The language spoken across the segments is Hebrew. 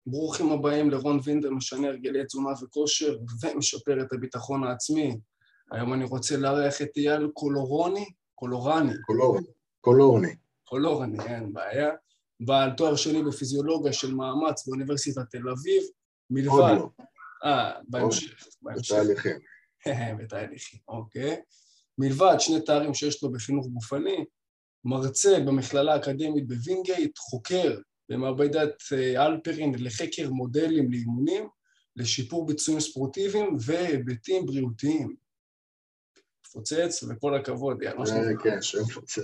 ברוכים הבאים לרון וינדר, משנה הרגלי תזונה וכושר ומשפר את הביטחון העצמי. היום אני רוצה לארח את אייל קולורני, אין בעיה. בעל תואר שני בפיזיולוגיה של מאמץ באוניברסיטת תל אביב, מלבד... בהמשך. בתהליכים, אוקיי. מלבד שני תארים שיש לו בחינוך גופני, מרצה במכללה האקדמית בווינגייט, חוקר במעבדת אלפרין לחקר מודלים לאימונים, לשיפור ביצועים ספורטיביים והיבטים בריאותיים. פוצץ, וכל הכבוד, יאללה. כן, שם פוצץ.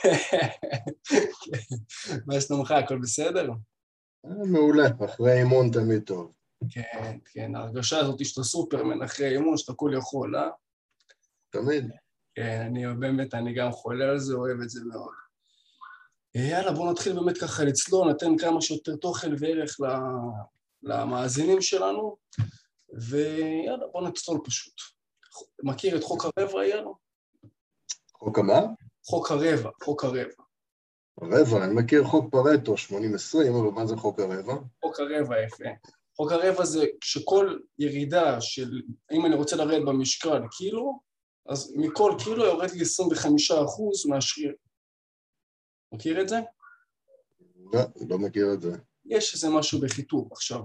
מה שלומך, הכל בסדר? מעולה, אחרי אימון תמיד טוב. כן, כן, ההרגשה הזאת שאתה סופרמן אחרי אימון, שאתה כל יכול, אה? תמיד. כן, אני גם חולה על זה, אוהב את זה מאוד. יאללה, בואו נתחיל באמת ככה לצלול, נתן כמה שיותר תוכן וערך למאזינים שלנו, ויאללה, בואו נצלול פשוט. מכיר את חוק הרבע, יאללה? חוק מה? חוק הרבע. הרבע, אני מכיר חוק פרטו, 80-20, אבל מה זה חוק הרבע? חוק הרבע, יפה. חוק הרבע זה שכל ירידה של, אם אני רוצה לרדת במשקל קילו, אז מכל קילו יורד לי 25% מהשריר. מכיר את זה? לא מכיר את זה. יש איזה משהו בחיתוך עכשיו.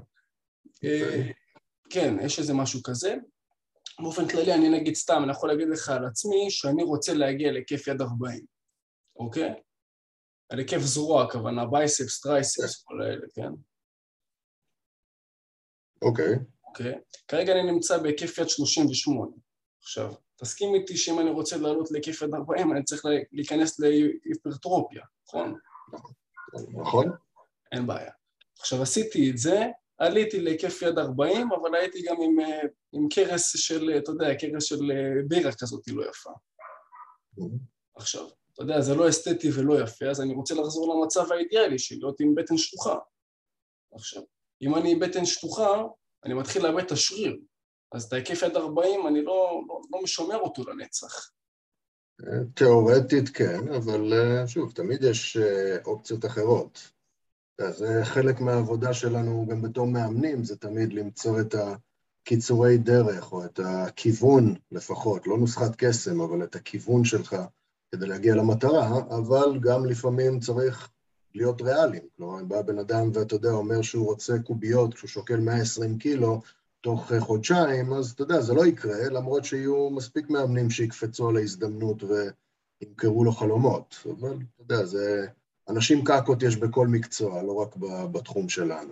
כן, יש איזה משהו כזה. באופן כללי, אני נגיד סתם, אני יכול להגיד לך על עצמי שאני רוצה להגיע להיקף יד 40, אוקיי? על היקף זרוע, הכוונה, בייספס, טרייספס, כל האלה, כן? אוקיי. כרגע אני נמצא בהיקף יד 38. עכשיו, תסכים איתי שאם אני רוצה לעלות להיקף יד 40, אני צריך להיכנס להיפרטרופיה, נכון? נכון. אין בעיה. עכשיו, עשיתי את זה, עליתי להיקף יד 40, אבל הייתי גם עם קרס של, אתה יודע, קרס של בירה כזאת לא יפה. עכשיו, אתה יודע, זה לא אסתטי ולא יפה, אז אני רוצה לחזור למצב האידיאלי שלי, להיות עם בטן שטוחה. עכשיו, אם אני עם בטן שטוחה, אני מתחיל לאבד את השריר. אז את ההיקף יד 40, אני לא משומר אותו לנצח. תיאורטית כן, אבל שוב, תמיד יש אופציות אחרות. זה חלק מהעבודה שלנו גם בתור מאמנים, זה תמיד למצוא את הקיצורי דרך, או את הכיוון לפחות, לא נוסחת קסם, אבל את הכיוון שלך כדי להגיע למטרה, אבל גם לפעמים צריך להיות ריאליים. כלומר, אם בא בן אדם ואתה יודע, אומר שהוא רוצה קוביות, כשהוא שוקל 120 קילו, תוך חודשיים, אז אתה יודע, זה לא יקרה, למרות שיהיו מספיק מאמנים שיקפצו על ההזדמנות וימכרו לו חלומות. אבל אתה יודע, זה... אנשים קקות יש בכל מקצוע, לא רק בתחום שלנו.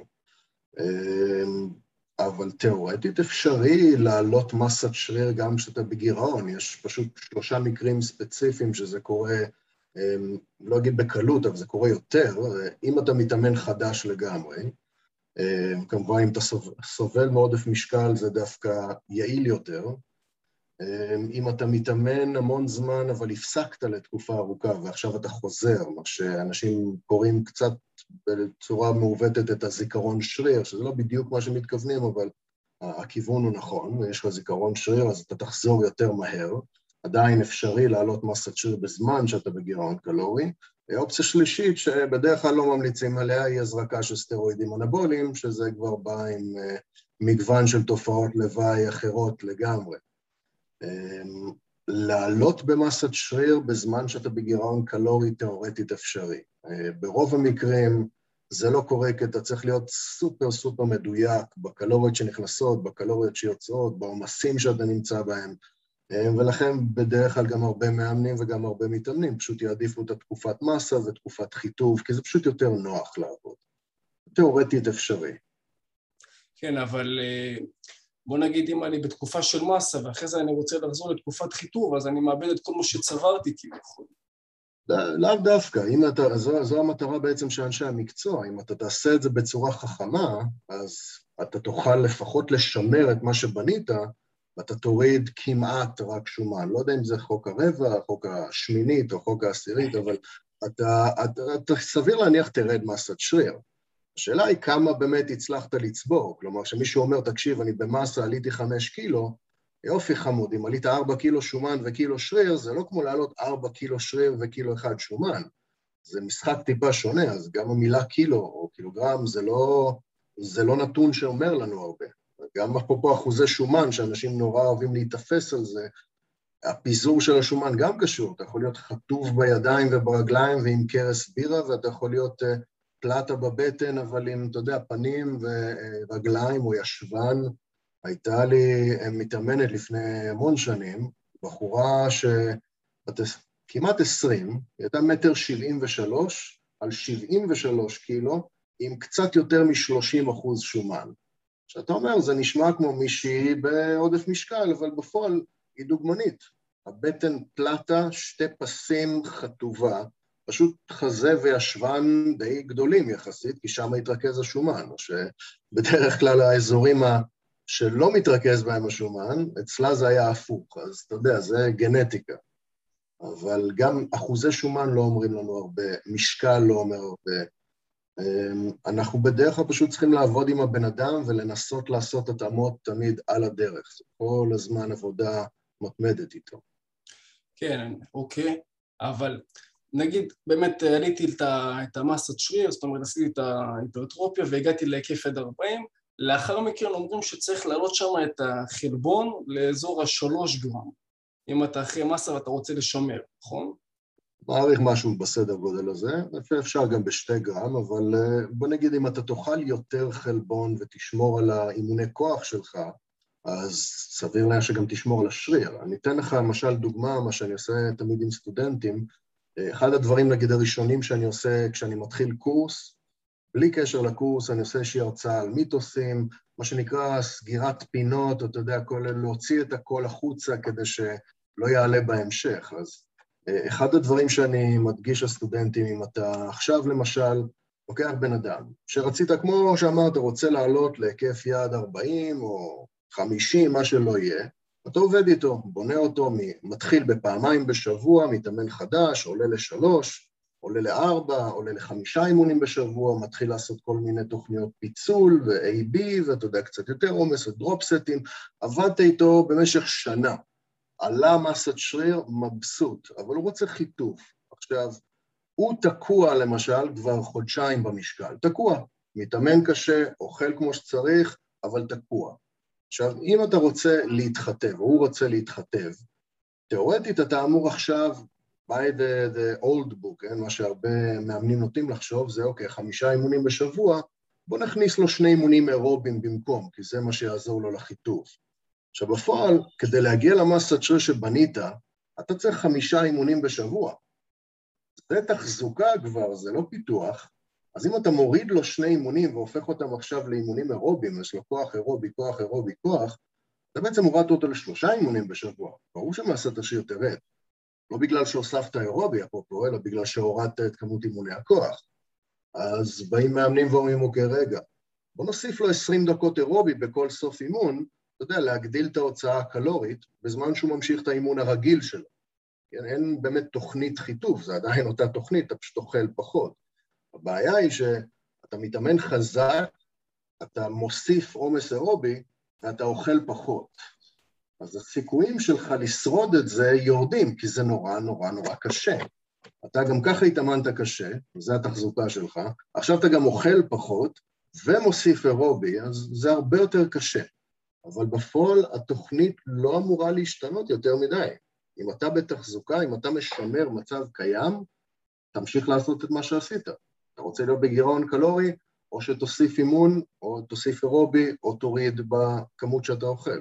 אבל תיאורטית אפשרי לעלות מסת שריר גם כשאתה בגירעון. יש פשוט 3 מקרים ספציפיים שזה קורה, לא אגיד בקלות, אבל זה קורה יותר. אם אתה מתאמן חדש לגמרי, כמובן אם אתה סובל מעודף משקל זה דווקא יעיל יותר. אם אתה מתאמן המון זמן, אבל הפסקת לתקופה ארוכה, ועכשיו אתה חוזר, מה שאנשים קוראים קצת בצורה מעוותת את הזיכרון שריר, שזה לא בדיוק מה שמתכוונים, אבל הכיוון הוא נכון, ויש לך זיכרון שריר, אז אתה תחזור יותר מהר. עדיין אפשרי לעלות מסת שריר בזמן שאתה בגירעון קלורי. אופציה שלישית, שבדרך כלל לא ממליצים עליה, היא הזרקה של סטרואידים אנבוליים, שזה כבר בא עם מגוון של תופעות לוואי אחרות לגמרי. לעלות במסת שריר בזמן שאתה בגירעון קלורי תיאורטית אפשרי. ברוב המקרים זה לא קורה כי אתה צריך להיות סופר מדויק בקלוריות שנכנסות, בקלוריות שיוצאות, בעומסים שאתה נמצא בהם, ולכן בדרך כלל גם הרבה מאמנים וגם הרבה מתאמנים פשוט יעדיפו את התקופת מסה ותקופת חיטוב, כי זה פשוט יותר נוח לעבוד. תיאורטית אפשרי. כן, אבל... בוא נגיד אם אני בתקופה של מסה, ואחרי זה אני רוצה לחזור לתקופת חיתוב, אז אני מאבד את כל מה שצברתי כביכול. לאו דווקא, זו המטרה בעצם של אנשי המקצוע, אם אתה תעשה את זה בצורה חכמה, אז אתה תוכל לפחות לשמר את מה שבנית, ואתה תוריד כמעט רק שומן. לא יודע אם זה חוק הרבע, חוק השמינית או חוק העשירית, אבל אתה סביר להניח תרד מסת שריר. השאלה היא כמה באמת הצלחת לצבור, כלומר שמישהו אומר, תקשיב, אני במסה עליתי 5 קילו, יופי חמוד, אם עלית 4 קילו שומן וקילו שריר, זה לא כמו לעלות 4 קילו שריר וקילו 1 שומן, זה משחק טיפה שונה, אז גם המילה קילו או קילוגרם זה זה לא נתון שאומר לנו הרבה. גם אפרופו אחוזי שומן, שאנשים נורא אוהבים להתאפס על זה, הפיזור של השומן גם קשור, אתה יכול להיות חטוב בידיים וברגליים ועם קרס בירה, ואתה יכול להיות פלטה בבטן, אבל עם, אתה יודע, פנים ורגליים או ישבן. הייתה לי מתאמנת לפני המון שנים, בחורה כמעט 20, היא הייתה 1.73 מטר, על 73 קילו, עם קצת יותר מ-30% שומן. שאתה אומר, זה נשמע כמו מישהי בעודף משקל, אבל בפועל היא דוגמנית. הבטן פלטה, 2 פסים חטובה, פשוט חזה וישבן די גדולים יחסית, כי שם התרכז השומן, או שבדרך כלל האזורים שלא מתרכז בהם השומן, אצלה זה היה הפוך, אז אתה יודע, זה גנטיקה. אבל גם אחוזי שומן לא אומרים לנו הרבה, משקל לא אומר הרבה. אנחנו בדרך כלל פשוט צריכים לעבוד עם הבן אדם ולנסות לעשות התאמות תמיד על הדרך. זה כל הזמן עבודה מתמדת איתו. כן, אוקיי, אבל נגיד באמת עליתי את המסת שריר, זאת אומרת עשיתי את ההיפרטרופיה והגעתי להיקף עד 40, לאחר מכן אומרים שצריך להעלות שם את החלבון לאזור ה3 גרם, אם אתה אחרי מסה ואתה רוצה לשמר, נכון? מעריך משהו בסדר גודל הזה, אפשר גם ב2 גרם, אבל בוא נגיד אם אתה תאכל יותר חלבון ותשמור על האימוני כוח שלך, אז סביר לה שגם תשמור על השריר. אני אתן לך למשל דוגמה, מה שאני עושה תמיד עם סטודנטים, אחד הדברים נגיד הראשונים שאני עושה כשאני מתחיל קורס, בלי קשר לקורס אני עושה איזושהי הרצאה על מיתוסים, מה שנקרא סגירת פינות, אתה יודע, להוציא את הכל החוצה כדי שלא יעלה בהמשך. אז אחד הדברים שאני מדגיש לסטודנטים, אם אתה עכשיו למשל לוקח בן אדם, שרצית כמו שאמרת, רוצה לעלות להיקף יעד 40 או 50, מה שלא יהיה, אתה עובד איתו, בונה אותו, מתחיל בפעמיים בשבוע, מתאמן חדש, עולה ל3, עולה ל4, עולה ל5 אימונים בשבוע, מתחיל לעשות כל מיני תוכניות פיצול ו-AB, ואתה יודע, קצת יותר עומס ודרופסטים, עבדת איתו במשך שנה, עלה מסת שריר מבסוט, אבל הוא רוצה חיתוף. עכשיו, הוא תקוע למשל כבר חודשיים במשקל, תקוע, מתאמן קשה, אוכל כמו שצריך, אבל תקוע. עכשיו, אם אתה רוצה להתחתב, או הוא רוצה להתחתב, תיאורטית אתה אמור עכשיו, by the old book, מה שהרבה מאמנים נוטים לחשוב, זה אוקיי, 5 אימונים בשבוע, בוא נכניס לו 2 אימונים אירובים במקום, כי זה מה שיעזור לו לחיתוף. עכשיו, בפועל, כדי להגיע למסת שריר שבנית, אתה צריך 5 אימונים בשבוע. זה תחזוקה כבר, זה לא פיתוח, אז אם אתה מוריד לו 2 אימונים והופך אותם עכשיו לאימונים אירובים, יש לו כוח אירובי, כוח אירובי, כוח, אתה בעצם הורדת אותו ל3 אימונים בשבוע. ברור שמסת השריר תרד. לא בגלל שהוספת אירובי, אפרופו, אלא בגלל שהורדת את כמות אימוני הכוח. אז באים מאמנים ואומרים, אוקיי, רגע, בוא נוסיף לו 20 דקות אירובי בכל סוף אימון, אתה יודע, להגדיל את ההוצאה הקלורית, בזמן שהוא ממשיך את האימון הרגיל שלו. אין באמת תוכנית חיתוף, זה עדיין אותה תוכנית, אתה פשוט אוכל פחות. הבעיה היא שאתה מתאמן חזק, אתה מוסיף עומס אירובי, ואתה אוכל פחות. אז הסיכויים שלך לשרוד את זה יורדים, כי זה נורא נורא נורא קשה. אתה גם ככה התאמנת קשה, זה התחזוקה שלך, עכשיו אתה גם אוכל פחות, ומוסיף אירובי, אז זה הרבה יותר קשה. אבל בפועל התוכנית לא אמורה להשתנות יותר מדי. אם אתה בתחזוקה, אם אתה משמר מצב קיים, תמשיך לעשות את מה שעשית. אתה רוצה להיות בגירעון קלורי, או שתוסיף אימון, או תוסיף אירובי, או תוריד בכמות שאתה אוכל.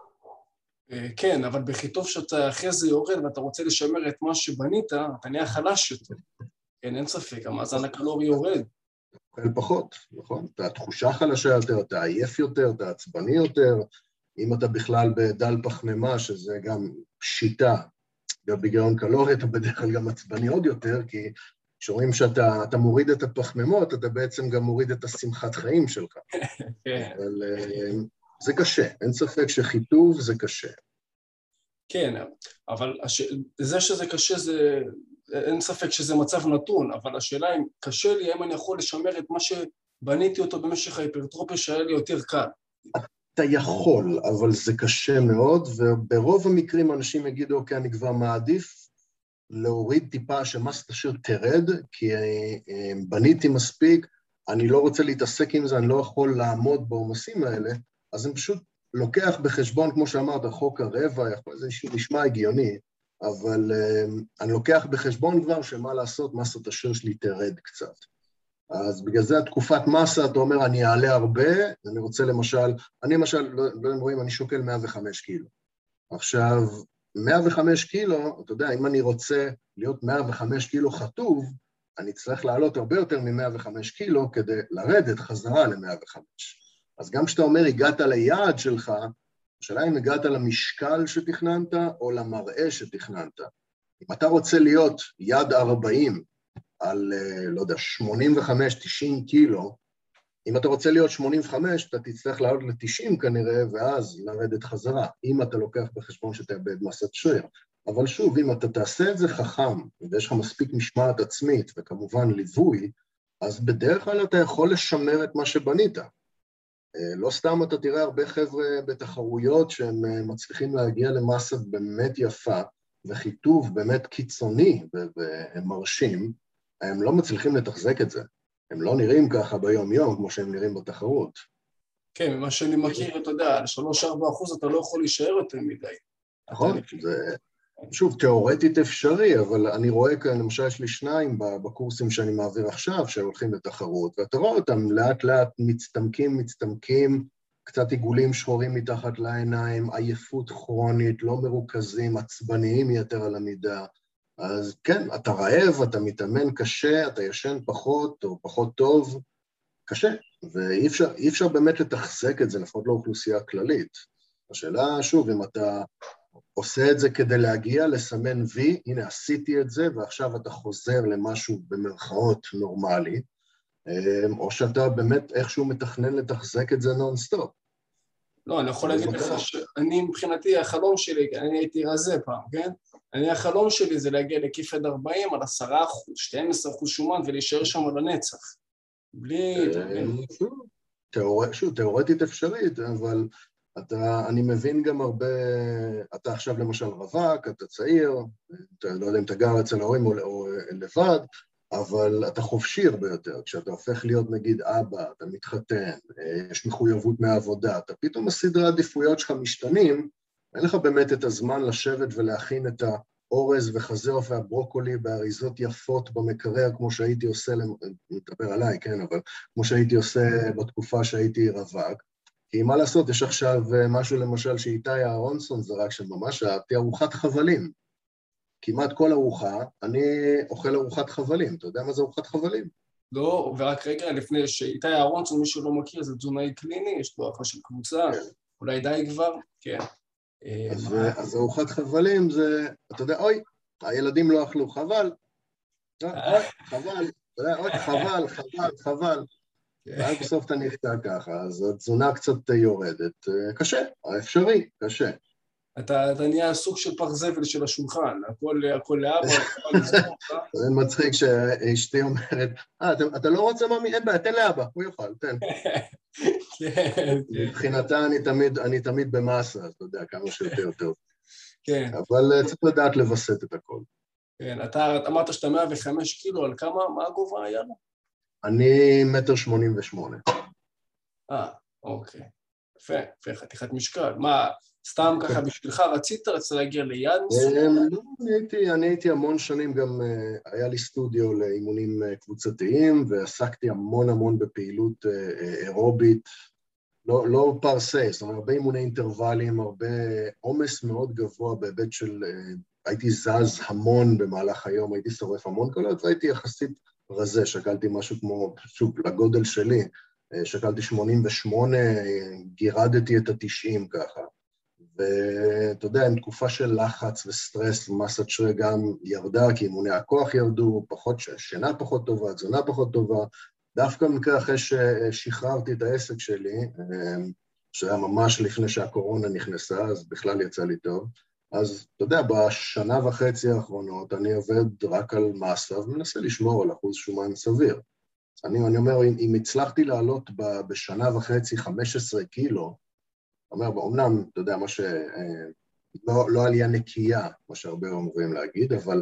כן, אבל בחיתוף שאתה אחרי זה יורד, ואתה רוצה לשמר את מה שבנית, אתה נהיה חלש יותר. כן, אין ספק, המאזן הקלורי יורד. אוכל פחות, נכון? אתה תחושה חלשה יותר, אתה עייף יותר, אתה עצבני יותר, אם אתה בכלל בדל פחמימה, שזה גם שיטה, גם בגירעון קלורי, אתה בדרך כלל גם עצבני עוד יותר, כי כשרואים שאתה מוריד את הפחמימות, אתה בעצם גם מוריד את השמחת חיים שלך. אבל זה קשה, אין ספק שחיתוב זה קשה. כן, אבל זה שזה קשה, אין ספק שזה מצב נתון, אבל השאלה אם קשה לי, האם אני יכול לשמר את מה שבניתי אותו במשך ההיפרטרופיה שהיה לי יותר קל. אתה יכול, אבל זה קשה מאוד, וברוב המקרים אנשים יגידו, אוקיי, אני כבר מעדיף להוריד טיפה שמסת השריר תרד, כי בניתי מספיק, אני לא רוצה להתעסק עם זה, אני לא יכול לעמוד בעומסים האלה, אז אני פשוט לוקח בחשבון, כמו שאמרת, חוק הרבע, זה נשמע הגיוני, אבל אני לוקח בחשבון כבר שמה לעשות, מסת השריר שלי תרד קצת. אז בגלל זה התקופת מסה, אתה אומר, אני אעלה הרבה, אני רוצה למשל, אני למשל, לא רואים, אני שוקל 105 קילו. עכשיו, 105 קילו, אתה יודע, אם אני רוצה להיות 105 קילו חטוב, אני צריך לעלות הרבה יותר מ-105 קילו כדי לרדת חזרה ל-105. אז גם כשאתה אומר, הגעת ליעד שלך, השאלה אם הגעת למשקל שתכננת או למראה שתכננת. אם אתה רוצה להיות יד 40 על, לא יודע, 85-90 קילו, אם אתה רוצה להיות 85, אתה תצטרך לעלות ל-90 כנראה, ואז לרדת חזרה, אם אתה לוקח בחשבון שתאבד מסת שריר. אבל שוב, אם אתה תעשה את זה חכם, ויש לך מספיק משמעת עצמית, וכמובן ליווי, אז בדרך כלל אתה יכול לשמר את מה שבנית. לא סתם אתה תראה הרבה חבר'ה בתחרויות שהם מצליחים להגיע למסה באמת יפה, וחיטוב באמת קיצוני ומרשים, הם לא מצליחים לתחזק את זה. הם לא נראים ככה ביום-יום כמו שהם נראים בתחרות. כן, ממה שאני מכיר, אתה יודע, על 3-4% אתה לא יכול להישאר יותר מדי. נכון, זה שוב תיאורטית אפשרי, אבל אני רואה כאן, למשל יש לי 2 בקורסים שאני מעביר עכשיו, שהולכים לתחרות, ואתה רואה אותם לאט לאט מצטמקים, קצת עיגולים שחורים מתחת לעיניים, עייפות כרונית, לא מרוכזים, עצבניים יותר על המידה. אז כן, אתה רעב, אתה מתאמן קשה, אתה ישן פחות או פחות טוב, קשה, ואי אפשר באמת לתחזק את זה, לפחות לאוכלוסייה כללית. השאלה, שוב, אם אתה עושה את זה כדי להגיע, לסמן וי, הנה עשיתי את זה, ועכשיו אתה חוזר למשהו במרכאות נורמלי, או שאתה באמת איכשהו מתכנן לתחזק את זה נונסטופ. לא, אני יכול להגיד לך שאני מבחינתי, החלום שלי, אני הייתי רזה פעם, כן? החלום שלי זה להגיע לכיף עד 40 על 10%, 12% שומן ולהישאר שם על הנצח. בלי... שוב, תיאורטית אפשרית, אבל אני מבין גם הרבה, אתה עכשיו למשל רווק, אתה צעיר, אתה לא יודע אם אתה גר אצל ההורים או לבד, אבל אתה חופשי הרבה יותר, כשאתה הופך להיות נגיד אבא, אתה מתחתן, יש מחויבות מהעבודה, אתה פתאום הסדרי העדיפויות שלך משתנים, אין לך באמת את הזמן לשבת ולהכין את האורז וחזה עוף והברוקולי באריזות יפות במקרר, כמו שהייתי עושה, נדבר עליי, כן, אבל כמו שהייתי עושה בתקופה שהייתי רווק, כי מה לעשות, יש עכשיו משהו למשל שאיתי אהרונסון זרק שממש אהבתי, ארוחת חבלים. כמעט כל ארוחה, אני אוכל ארוחת חבלים. אתה יודע מה זה ארוחת חבלים? לא, ורק רגע, לפני שאיתי אהרונסון, מישהו לא מכיר, זה תזונאי קליני, יש לו אחלה של קבוצה, כן. אולי די כבר, כן. אז ארוחת חבלים זה, אתה יודע, אוי, הילדים לא אכלו, חבל. אוי, חבל, אוי, חבל. ואז בסוף אתה נפתע ככה, אז התזונה קצת יורדת. קשה, אפשרי, קשה. אתה נהיה סוג של פח זבל של השולחן, הכל לאבא, הכל לזכור. זה מצחיק שאשתי אומרת, אתה לא רוצה ממי? אין בעיה, תן לאבא, הוא יאכל, תן. מבחינתה אני תמיד במסה, אתה יודע, כמה שיותר טוב. כן. אבל צריך לדעת לבסט את הכל. כן, אתה אמרת שאתה 105 קילו, על כמה, מה הגובה היה לו? אני 1.88 מטר. אוקיי. יפה, חתיכת משקל. מה, סתם ככה בשבילך רצית להגיע ליד מסוים? אני הייתי המון שנים גם, היה לי סטודיו לאימונים קבוצתיים, ועסקתי המון בפעילות אירובית, לא פרסי, זאת אומרת, הרבה אימוני אינטרוולים, הרבה עומס מאוד גבוה בהיבט של, הייתי זז המון במהלך היום, הייתי שורף המון קולות, והייתי יחסית רזה, שקלתי משהו כמו, שוב, לגודל שלי, שקלתי 88, גירדתי את ה-90 ככה. ואתה יודע, עם תקופה של לחץ וסטרס, מסת שריר גם ירדה, כי אימוני הכוח ירדו, שינה פחות טובה, תזונה פחות טובה, דווקא במקרה אחרי ששחררתי את העסק שלי, שהיה ממש לפני שהקורונה נכנסה, אז בכלל יצא לי טוב, אז אתה יודע, בשנה וחצי האחרונות אני עובד רק על מסה, ומנסה לשמור על אחוז שומן סביר. אני אומר, אם הצלחתי לעלות בשנה וחצי 15 קילו, אומר, אומנם, אתה יודע, לא עלייה נקייה, מה שהרבה אומרים להגיד, אבל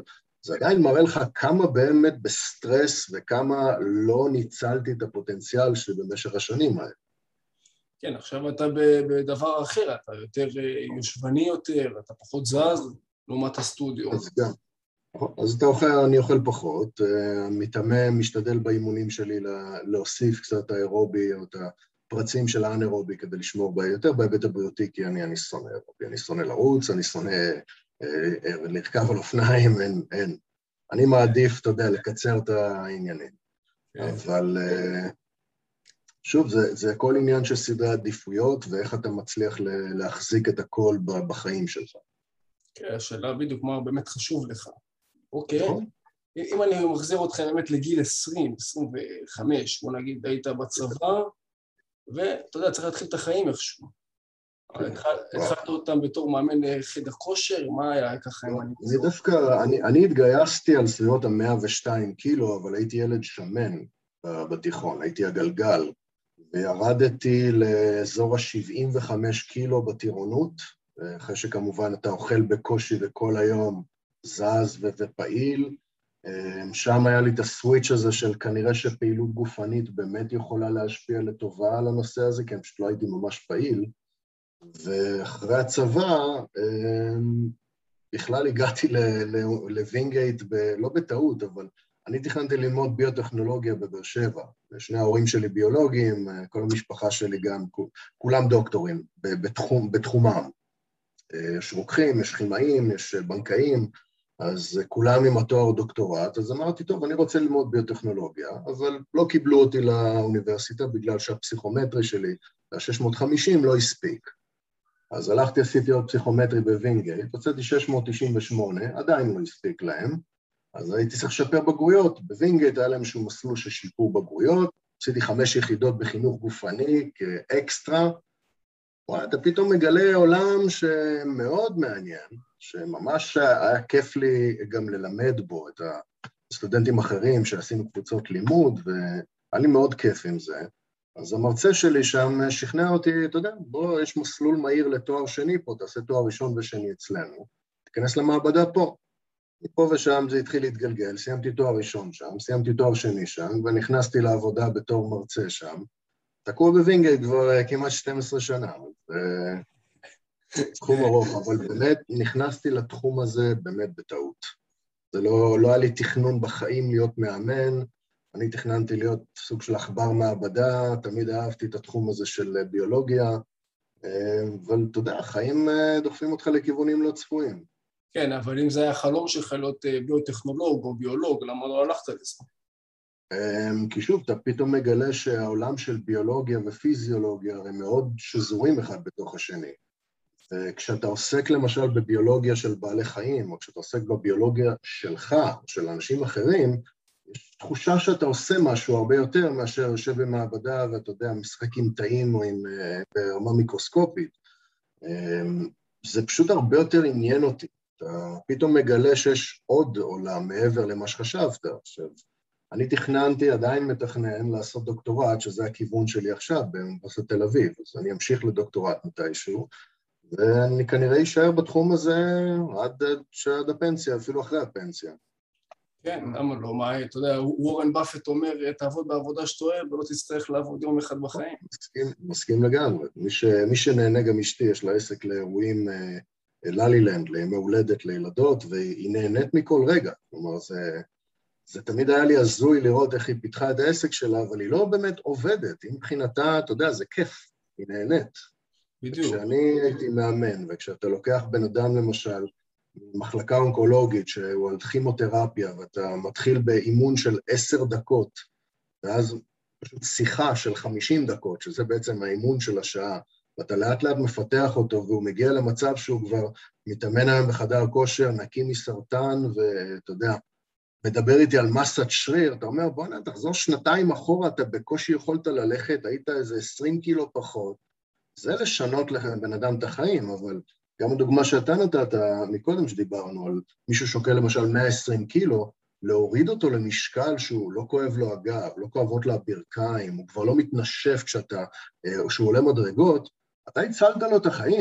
זה עדיין מראה לך כמה באמת בסטרס וכמה לא ניצלתי את הפוטנציאל שלי במשך השנים האלה. כן, עכשיו אתה בדבר אחר, אתה יותר יושבני יותר, אתה פחות זז לעומת הסטודיו. אז גם. אז אתה אוכל, אני אוכל פחות, מתאמן, משתדל באימונים שלי להוסיף קצת האירובי או את הפרצים של האנאירובי כדי לשמור יותר בהיבט הבריאותי, כי אני שונא אירובי, אני שונא לרוץ, אני שונא לרכב על אופניים, אין. אני מעדיף, אתה יודע, לקצר את העניינים. אבל שוב, זה הכל עניין של סדרי עדיפויות, ואיך אתה מצליח להחזיק את הכל בחיים שלך. כן, השאלה בדיוק מה באמת חשוב לך. אוקיי, אם אני מחזיר אותך באמת לגיל 20, 25, בוא נגיד, היית בצבא, ואתה יודע, צריך להתחיל את החיים איכשהו. התחלת אותם בתור מאמן חדר כושר, מה היה ככה אם אני מחזיר? אני התגייסתי על סביבות ה-102 קילו, אבל הייתי ילד שמן בתיכון, הייתי הגלגל, וירדתי לאזור ה-75 קילו בטירונות, אחרי שכמובן אתה אוכל בקושי וכל היום זז ופעיל, שם היה לי את הסוויץ' הזה של כנראה שפעילות גופנית באמת יכולה להשפיע לטובה על הנושא הזה, כי פשוט לא הייתי ממש פעיל, ואחרי הצבא בכלל הגעתי לווינגייט, לא בטעות, אבל אני תכננתי ללמוד ביוטכנולוגיה בבאר שבע, שני ההורים שלי ביולוגים, כל המשפחה שלי גם, כולם דוקטורים בתחומם. יש רוקחים, יש כימאים, יש בנקאים, אז כולם עם התואר דוקטורט, אז אמרתי, טוב, אני רוצה ללמוד ביוטכנולוגיה, אבל לא קיבלו אותי לאוניברסיטה בגלל שהפסיכומטרי שלי, ה-650 לא הספיק. אז הלכתי, עשיתי עוד פסיכומטרי בווינגייט, הוצאתי 698, עדיין לא הספיק להם, אז הייתי צריך לשפר בגרויות, בווינגייט היה להם איזשהו מסלול של שיפור בגרויות, עשיתי 5 יחידות בחינוך גופני כאקסטרה, אתה פתאום מגלה עולם שמאוד מעניין, שממש היה כיף לי גם ללמד בו את הסטודנטים אחרים שעשינו קבוצות לימוד, והיה לי מאוד כיף עם זה. אז המרצה שלי שם שכנע אותי, אתה יודע, בוא, יש מסלול מהיר לתואר שני פה, תעשה תואר ראשון ושני אצלנו, תיכנס למעבדה פה. מפה ושם זה התחיל להתגלגל, סיימתי תואר ראשון שם, סיימתי תואר שני שם, ונכנסתי לעבודה בתור מרצה שם, תקוע בווינגייט כבר כמעט 12 שנה, זה תחום ארוך, אבל באמת נכנסתי לתחום הזה באמת בטעות. זה לא היה לי תכנון בחיים להיות מאמן, אני תכננתי להיות סוג של עכבר מעבדה, תמיד אהבתי את התחום הזה של ביולוגיה, אבל אתה יודע, החיים דוחפים אותך לכיוונים לא צפויים. כן, אבל אם זה היה חלום שלך להיות ביוטכנולוג או ביולוג, למה לא הלכת לזה? כי שוב, אתה פתאום מגלה שהעולם של ביולוגיה ופיזיולוגיה הרי מאוד שזורים אחד בתוך השני. וכשאתה עוסק למשל בביולוגיה של בעלי חיים, או כשאתה עוסק בביולוגיה שלך, או של אנשים אחרים, יש תחושה שאתה עושה משהו הרבה יותר מאשר יושב במעבדה, ואתה יודע, משחק עם תאים או ברמה מיקרוסקופית. זה פשוט הרבה יותר עניין אותי. אתה פתאום מגלה שיש עוד עולם מעבר למה שחשבת. עכשיו, אני תכננתי, עדיין מתכנן, לעשות דוקטורט, שזה הכיוון שלי עכשיו, באוניברסיטת תל אביב, אז אני אמשיך לדוקטורט מתישהו, ואני כנראה אשאר בתחום הזה עד הפנסיה, אפילו אחרי הפנסיה. כן, למה לא? מה, אתה יודע, וורן באפט אומר, תעבוד בעבודה שאתה אוהב, ולא תצטרך לעבוד יום אחד בחיים. מסכים לגמרי. מי שנהנה גם אשתי, יש לה עסק לאירועים ללילנד, לימי הולדת לילדות, והיא נהנית מכל רגע. כלומר, זה תמיד היה לי הזוי לראות איך היא פיתחה את העסק שלה, אבל היא לא באמת עובדת. היא מבחינתה, אתה יודע, זה כיף, היא נהנית. בדיוק. כשאני הייתי מאמן, וכשאתה לוקח בן אדם למשל, מחלקה אונקולוגית שהוא על כימותרפיה, ואתה מתחיל באימון של 10 דקות, ואז פשוט שיחה של 50 דקות, שזה בעצם האימון של השעה, ואתה לאט לאט מפתח אותו, והוא מגיע למצב שהוא כבר מתאמן היום בחדר כושר, נקי מסרטן, ואתה יודע, מדבר איתי על מסת שריר, אתה אומר, בוא תחזור 2 אחורה, אתה בקושי יכולת ללכת, היית איזה 20 קילו פחות, זה לשנות לבן אדם את החיים, אבל גם הדוגמה שאתה נתת מקודם שדיברנו על מישהו שוקל למשל 120 קילו, להוריד אותו למשקל שהוא לא כואב לו הגב, לא כואבות לו הברכיים, הוא כבר לא מתנשף כשהוא עולה מדרגות, אתה הצלת לו את החיים.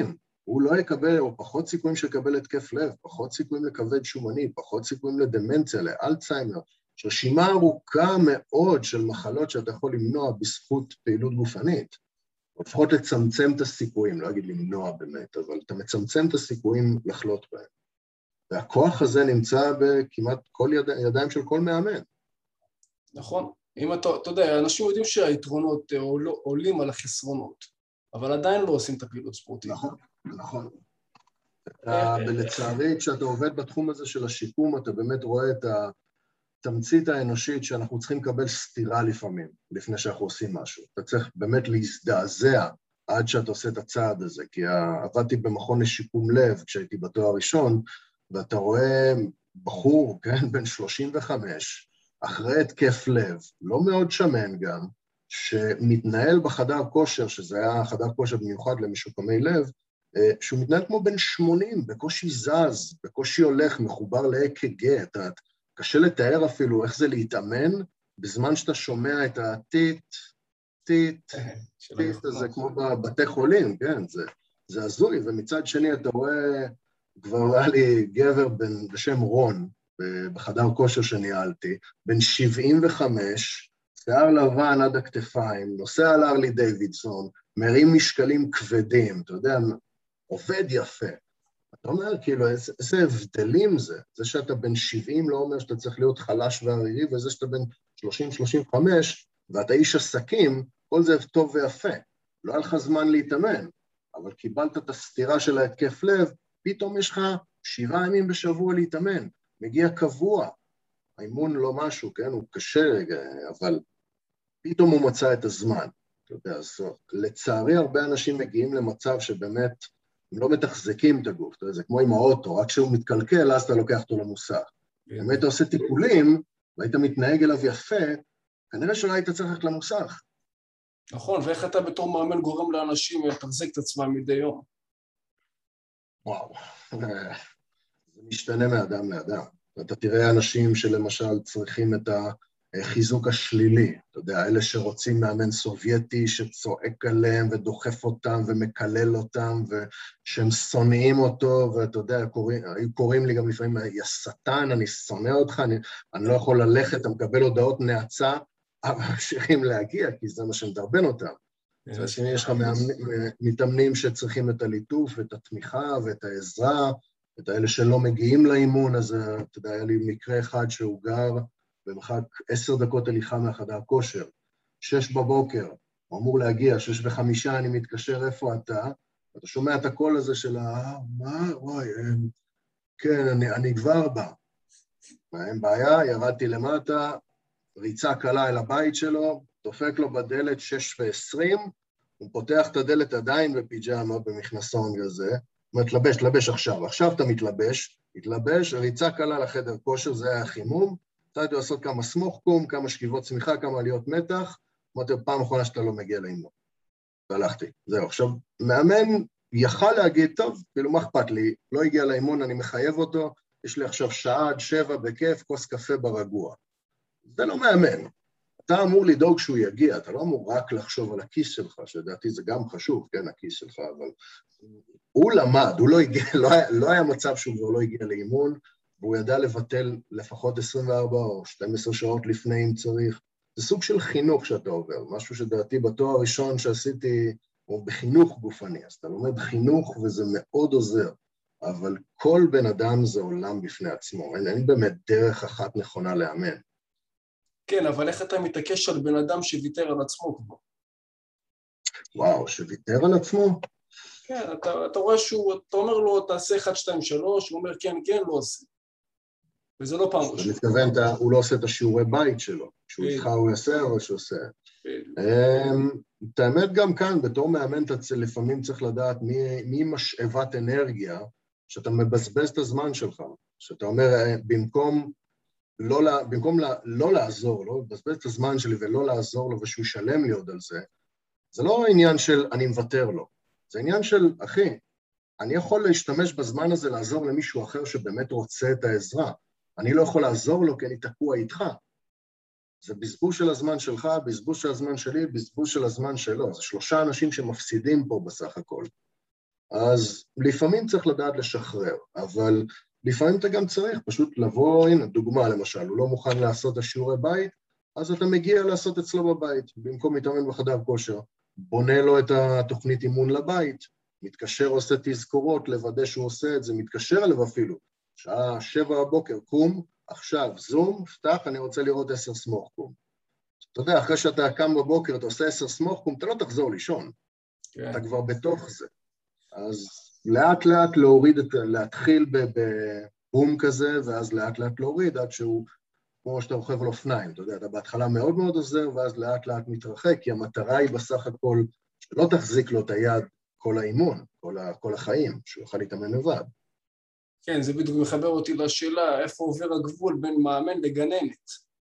הוא לא יקבל, או פחות סיכויים שיקבל התקף לב, פחות סיכויים לכבד שומני, פחות סיכויים לדמנציה, לאלצהיימר, יש רשימה ארוכה מאוד של מחלות שאתה יכול למנוע בזכות פעילות גופנית, או לפחות לצמצם את הסיכויים, לא אגיד למנוע באמת, אבל אתה מצמצם את הסיכויים לחלות בהם. והכוח הזה נמצא בכמעט כל ידיים של כל מאמן. נכון. אם אתה יודע, אנשים יודעים שהיתרונות עולים על החסרונות, אבל עדיין לא עושים את הפעילות ספורטיבית. נכון, נכון. ולצערי, כשאתה עובד בתחום הזה של השיקום, אתה באמת רואה את התמצית האנושית שאנחנו צריכים לקבל סתירה לפעמים, לפני שאנחנו עושים משהו. אתה צריך באמת להזדעזע עד שאתה עושה את הצעד הזה, כי עבדתי במכון לשיקום לב כשהייתי בתואר ראשון, ואתה רואה בחור, כן, בן 35, אחרי התקף לב, לא מאוד שמן גם, שמתנהל בחדר כושר, שזה היה חדר כושר במיוחד למשוקמי לב, שהוא מתנהל כמו בן 80, בקושי זז, בקושי הולך, מחובר לאק"ג, קשה לתאר אפילו איך זה להתאמן, בזמן שאתה שומע את הטיט, טיט, טיט הזה כמו בבתי חולים, כן, זה הזוי, ומצד שני אתה רואה, כבר היה לי גבר בשם רון, בחדר כושר שניהלתי, בן 75, שיער לבן עד הכתפיים, נוסע על הרלי דיווידסון, מרים משקלים כבדים, אתה יודע, עובד יפה. אתה אומר, כאילו, איזה הבדלים זה? זה שאתה בן 70 לא אומר שאתה צריך להיות חלש וערירי, וזה שאתה בן 30-35, ואתה איש עסקים, כל זה טוב ויפה. לא היה לך זמן להתאמן, אבל קיבלת את הסתירה של ההתקף לב, פתאום יש לך 7 ימים בשבוע להתאמן, מגיע קבוע. האימון לא משהו, כן? הוא קשה, אבל פתאום הוא מצא את הזמן. אתה יודע, אז לצערי הרבה אנשים מגיעים למצב שבאמת הם לא מתחזקים את הגוף, אתה יודע, זה כמו עם האוטו, רק כשהוא מתקלקל, אז אתה לוקח אותו למוסך. אם היית עושה טיפולים, והיית מתנהג אליו יפה, כנראה שלא היית צריך ללכת למוסך. נכון, ואיך אתה בתור מאמן גורם לאנשים לתחזק את עצמם מדי יום? וואו, זה משתנה מאדם לאדם. אתה תראה אנשים שלמשל צריכים את החיזוק השלילי, אתה יודע, אלה שרוצים מאמן סובייטי שצועק עליהם ודוחף אותם ומקלל אותם ושהם שונאים אותו, ואתה יודע, היו קוראים לי גם לפעמים, יא שטן, אני שונא אותך, אני לא יכול ללכת, אתה מקבל הודעות נאצה, אבל ממשיכים להגיע, כי זה מה שמדרבן אותם. מצד שני, יש לך מתאמנים שצריכים את הליטוף ואת התמיכה ואת העזרה, את האלה שלא מגיעים לאימון, אז אתה יודע, היה לי מקרה אחד שהוא גר במרחק 10 דקות הליכה מהחדר כושר, 6 בבוקר, הוא אמור להגיע, 6:05 אני מתקשר, איפה אתה? אתה שומע את הקול הזה של מה? וואי, כן, אני כבר בא. אין בעיה, ירדתי למטה, ריצה קלה אל הבית שלו, דופק לו בדלת 6:20, הוא פותח את הדלת עדיין בפיג'מה, במכנסון כזה, מתלבש עכשיו אתה מתלבש, ריצה קלה לחדר כושר, זה היה החימום, התחלתי לעשות כמה סמוך-קום, כמה שכיבות צמיחה, כמה עליות מתח, אמרתי, פעם אחרונה שאתה לא מגיע לאימון. והלכתי, זהו. עכשיו, מאמן יכל להגיד, טוב, כאילו מה אכפת לי, לא הגיע לאימון, אני מחייב אותו, יש לי עכשיו שעה עד 7 בכיף, כוס קפה ברגוע. זה לא מאמן. אתה אמור לדאוג שהוא יגיע, אתה לא אמור רק לחשוב על הכיס שלך, שלדעתי זה גם חשוב, כן, הכיס שלך, אבל הוא למד, הוא לא הגיע, לא היה מצב שהוא כבר לא הגיע לאימון, והוא ידע לבטל לפחות 24 או 12 שעות לפני אם צריך. זה סוג של חינוך שאתה עובר, משהו שדעתי בתואר הראשון שעשיתי, הוא בחינוך גופני, אז אתה לומד חינוך וזה מאוד עוזר, אבל כל בן אדם זה עולם בפני עצמו, אין באמת דרך אחת נכונה לאמן. כן, אבל איך אתה מתעקש על בן אדם שוויתר על עצמו כבר? וואו, שוויתר על עצמו? כן, אתה רואה אתה אומר לו, תעשה 1, 2, 3, הוא אומר כן, לא עושה. וזה לא פעם ראשונה. אתה מתכוון, הוא לא עושה את השיעורי בית שלו, כשהוא איתך הוא יעשה או שעושה. את האמת גם כאן, בתור מאמן, לפעמים צריך לדעת מי משאבת אנרגיה, שאתה מבזבז את הזמן שלך, שאתה אומר, במקום לא לעזור לו, לבזבז את הזמן שלי ולא לעזור לו ושהוא ישלם לי עוד על זה, זה לא העניין של אני מוותר לו, זה עניין של, אחי, אני יכול להשתמש בזמן הזה לעזור למישהו אחר שבאמת רוצה את העזרה, אני לא יכול לעזור לו כי אני תקוע איתך. זה בזבוז של הזמן שלך, בזבוז של הזמן שלי, בזבוז של הזמן שלו, זה 3 אנשים שמפסידים פה בסך הכל. אז לפעמים צריך לדעת לשחרר, אבל לפעמים אתה גם צריך פשוט לבוא, הנה, דוגמה למשל, הוא לא מוכן לעשות השיעורי בית, אז אתה מגיע לעשות אצלו בבית, במקום להתאמן בחדר כושר, בונה לו את התוכנית אימון לבית, מתקשר, עושה תזכורות, לוודא שהוא עושה את זה, מתקשר אליו אפילו, שעה 7 בבוקר, קום, עכשיו, זום, פתח, אני רוצה לראות 10 סמוך קום. אתה יודע, אחרי שאתה קם בבוקר, אתה עושה 10 סמוך קום, אתה לא תחזור לישון, כן. אתה כבר בתוך זה. אז לאט לאט להוריד, להתחיל בבום כזה, ואז לאט לאט להוריד, עד שהוא, כמו שאתה רוכב על אופניים, אתה יודע, אתה בהתחלה מאוד מאוד עוזר, ואז לאט לאט מתרחק, כי המטרה היא בסך הכל, שלא תחזיק לו את היד כל האימון, כל החיים, שהוא יוכל להתאמן לבד. כן, זה בדיוק מחבר אותי לשאלה, איפה עובר הגבול בין מאמן לגננת?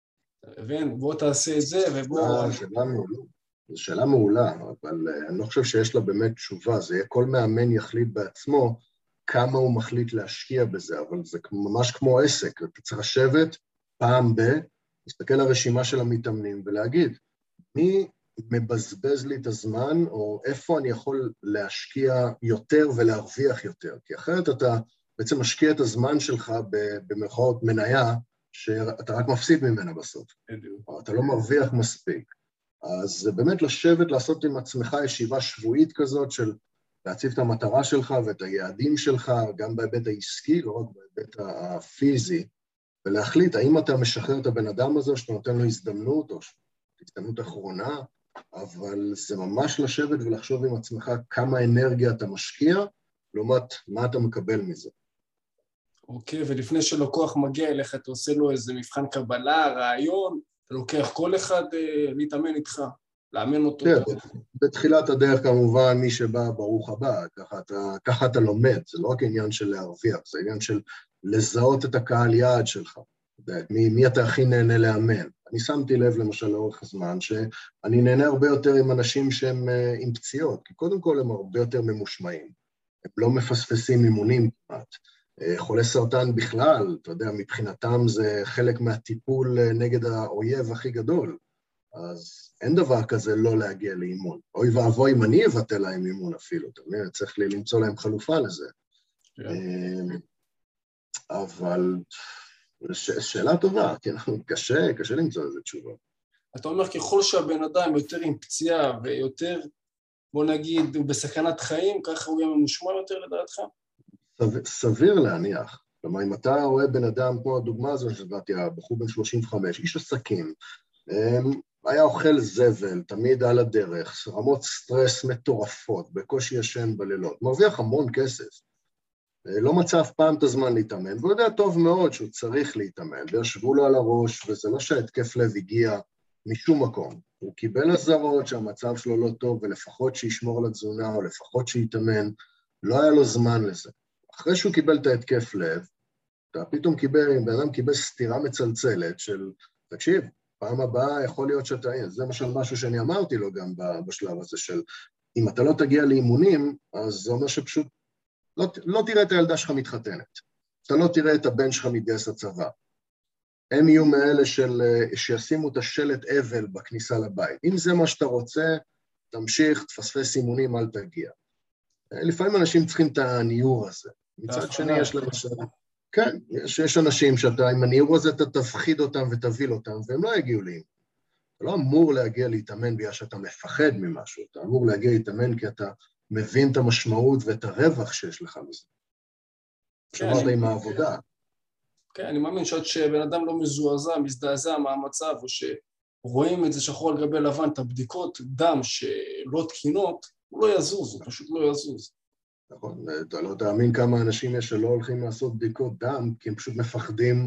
בוא תעשה את זה, ובוא... זו שאלה מעולה, אבל אני לא חושב שיש לה באמת תשובה, זה יהיה כל מאמן יחליט בעצמו כמה הוא מחליט להשקיע בזה, אבל זה ממש כמו עסק, אתה צריך לשבת פעם להסתכל על הרשימה של המתאמנים ולהגיד, מי מבזבז לי את הזמן, או איפה אני יכול להשקיע יותר ולהרוויח יותר, כי אחרת אתה בעצם משקיע את הזמן שלך במרכאות מניה, שאתה רק מפסיד ממנה בסוף, או אתה לא מרוויח מספיק. אז זה באמת לשבת, לעשות עם עצמך ישיבה שבועית כזאת של להציב את המטרה שלך ואת היעדים שלך, גם בהיבט העסקי, לא רק בהיבט הפיזי, ולהחליט האם אתה משחרר את הבן אדם הזה, שאתה נותן לו הזדמנות, או הזדמנות אחרונה, אבל זה ממש לשבת ולחשוב עם עצמך כמה אנרגיה אתה משקיע, לעומת מה אתה מקבל מזה. אוקיי, ולפני שלקוח מגיע אליך, אתה עושה לו איזה מבחן קבלה, רעיון, אתה לוקח כל אחד להתאמן איתך, לאמן אותו. כן, בתחילת הדרך כמובן, מי שבא, ברוך הבא, ככה אתה לומד, זה לא רק עניין של להרוויח, זה עניין של לזהות את הקהל יעד שלך, מי אתה הכי נהנה לאמן. אני שמתי לב למשל לאורך הזמן, שאני נהנה הרבה יותר עם אנשים שהם עם פציעות, כי קודם כל הם הרבה יותר ממושמעים, הם לא מפספסים אימונים כמעט. חולי סרטן בכלל, אתה יודע, מבחינתם זה חלק מהטיפול נגד האויב הכי גדול, אז אין דבר כזה לא להגיע לאימון. אוי ואבוי אם אני אבטל להם אימון אפילו, אתה יודע, צריך למצוא להם חלופה לזה. אבל שאלה טובה, כי קשה למצוא איזה תשובה. אתה אומר, ככל שהבן אדם יותר עם פציעה ויותר, בוא נגיד, הוא בסכנת חיים, ככה הוא יהיה ממושמע יותר לדעתך? סביר להניח. כלומר, אם אתה רואה בן אדם, כמו הדוגמה הזו שדעתי, הבחור בן 35, איש עסקים, היה אוכל זבל, תמיד על הדרך, רמות סטרס מטורפות, בקושי ישן בלילות, מרוויח המון כסף. לא מצא אף פעם את הזמן להתאמן, והוא יודע טוב מאוד שהוא צריך להתאמן, וישבו לו על הראש, וזה לא שההתקף לב הגיע משום מקום. הוא קיבל הזרות שהמצב שלו לא טוב, ולפחות שישמור על התזונה, או לפחות שיתאמן, לא היה לו זמן לזה. אחרי שהוא קיבל את ההתקף לב, אתה פתאום בן אדם קיבל סתירה מצלצלת של, תקשיב, פעם הבאה יכול להיות שאתה, זה משהו שאני אמרתי לו גם בשלב הזה של, אם אתה לא תגיע לאימונים, אז זה אומר שפשוט לא תראה את הילדה שלך מתחתנת, אתה לא תראה את הבן שלך מתגייס לצבא. הם יהיו מאלה שישימו את השלט אבל בכניסה לבית. אם זה מה שאתה רוצה, תמשיך, תפספס אימונים, אל תגיע. לפעמים אנשים צריכים את הניור הזה. מצד שני יש להם... כן, יש אנשים שאתה, עם הניור הזה אתה תפחיד אותם ותביל אותם, והם לא יגיעו לאימון. אתה לא אמור להגיע להתאמן בגלל שאתה מפחד ממשהו, אתה אמור להגיע להתאמן כי אתה מבין את המשמעות ואת הרווח שיש לך מזה. שמעת עם העבודה. כן, אני מאמין שעד שבן אדם לא מזועזע, מזדעזע מהמצב, או שרואים את זה שחור על גבי לבן, את הבדיקות דם שלא תקינות, הוא לא יזוז, הוא פשוט לא יזוז. נכון, אתה לא תאמין כמה אנשים יש שלא הולכים לעשות בדיקות דם, כי הם פשוט מפחדים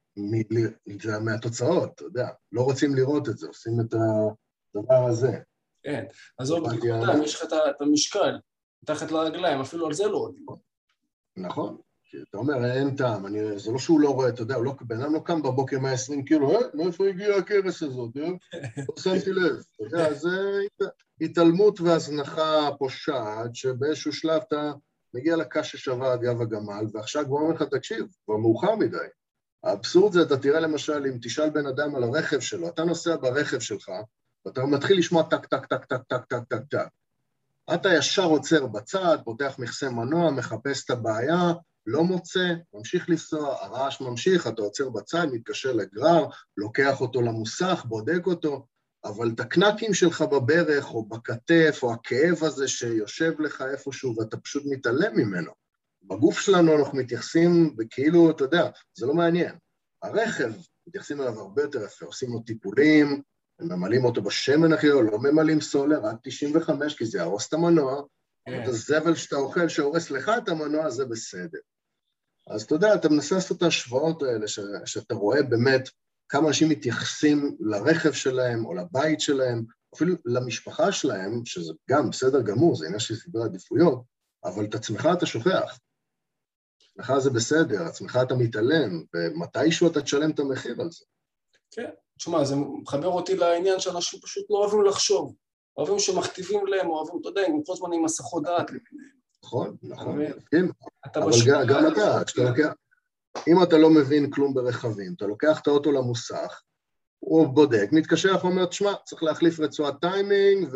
מהתוצאות, אתה יודע, לא רוצים לראות את זה, עושים את הדבר הזה. כן, אז עוד בדיקות דם, יש לך את המשקל, מתחת לרגליים, אפילו על זה לא עולים. נכון, כי אתה אומר, אין טעם, זה לא שהוא לא רואה, אתה יודע, בן אדם לא קם בבוקר 120 קילו, מאיפה הגיעה הכרס הזאת, לא שמתי לב, אתה יודע, זה התעלמות והזנחה פושעת, שבאיזשהו שלב אתה מגיע לקש ששווה עד גב הגמל, ועכשיו כבר אומר לך, תקשיב, כבר מאוחר מדי. האבסורד זה, אתה תראה למשל, אם תשאל בן אדם על הרכב שלו, אתה נוסע ברכב שלך, ואתה מתחיל לשמוע טק, טק, טק, טק, טק, טק, טק, טק. אתה ישר עוצר בצד, פותח מכסה מנוע, מחפש את הבעיה, לא מוצא, ממשיך לנסוע, הרעש ממשיך, אתה עוצר בצד, מתקשר לגרר, לוקח אותו למוסך, בודק אותו, אבל את הקנקים שלך בברך או בכתף או הכאב הזה שיושב לך איפשהו ואתה פשוט מתעלם ממנו. בגוף שלנו אנחנו מתייחסים בכאילו, אתה יודע, זה לא מעניין. הרכב, מתייחסים אליו הרבה יותר יפה, עושים לו טיפולים, ממלאים אותו בשמן הכי, או לא ממלאים סולר, רק 95, כי זה יהרוס את המנוע, את הזבל שאתה אוכל שהורס לך את המנוע, זה בסדר. אז אתה יודע, אתה מנסה לעשות את ההשוואות האלה, שאתה רואה באמת כמה אנשים מתייחסים לרכב שלהם, או לבית שלהם, אפילו למשפחה שלהם, שזה גם בסדר גמור, זה עניין של סדרי עדיפויות, אבל את עצמך אתה שוכח. עצמך זה בסדר, עצמך אתה מתעלם, ומתישהו אתה תשלם את המחיר על זה. כן, תשמע, זה מחבר אותי לעניין שאנשים פשוט לא אוהבים לחשוב, אוהבים שמכתיבים להם, אוהבים, אתה יודע, הם כל הזמן עם מסכות דעת. נכון, כן, אבל גם אתה, כשאתה לוקח, אם אתה לא מבין כלום ברכבים, אתה לוקח את האוטו למוסך, הוא בודק, מתקשר, הוא אומר, תשמע, צריך להחליף רצועת טיימינג,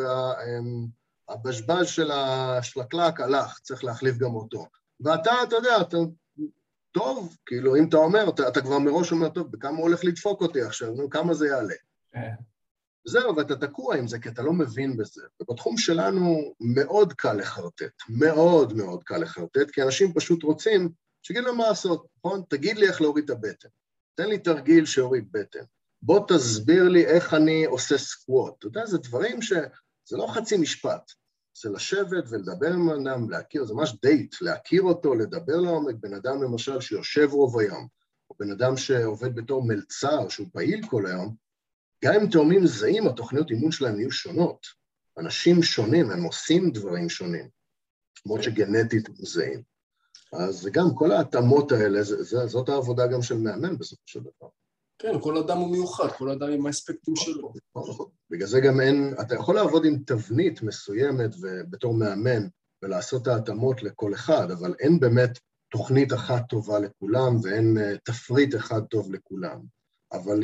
והבשבז של הקלק הלך, צריך להחליף גם אותו. ואתה יודע, אתה טוב, כאילו, אם אתה אומר, אתה כבר מראש אומר, טוב, בכמה הוא הולך לדפוק אותי עכשיו, נו, כמה זה יעלה? זהו, ואתה תקוע עם זה, כי אתה לא מבין בזה. ובתחום שלנו מאוד קל לחרטט, מאוד מאוד קל לחרטט, כי אנשים פשוט רוצים שתגיד להם מה לעשות, נכון? תגיד לי איך להוריד את הבטן. תן לי תרגיל שהוריד בטן. בוא תסביר לי איך אני עושה סקווט. אתה יודע, זה דברים זה לא חצי משפט. זה לשבת ולדבר עם אדם, להכיר, זה ממש דייט, להכיר אותו, לדבר לעומק, בן אדם למשל שיושב רוב היום, או בן אדם שעובד בתור מלצר, שהוא פעיל כל היום, גם אם תאומים זהים, התוכניות אימון שלהם יהיו שונות. אנשים שונים, הם עושים דברים שונים, כמו שגנטית זהים. אז גם כל ההתאמות האלה, זאת העבודה גם של מאמן בסופו של דבר. כן, כל אדם הוא מיוחד, כל אדם עם האספקטים שלו. בגלל זה גם אתה יכול לעבוד עם תבנית מסוימת בתור מאמן, ולעשות ההתאמות לכל אחד, אבל אין באמת תוכנית אחת טובה לכולם, ואין תפריט אחד טוב לכולם. אבל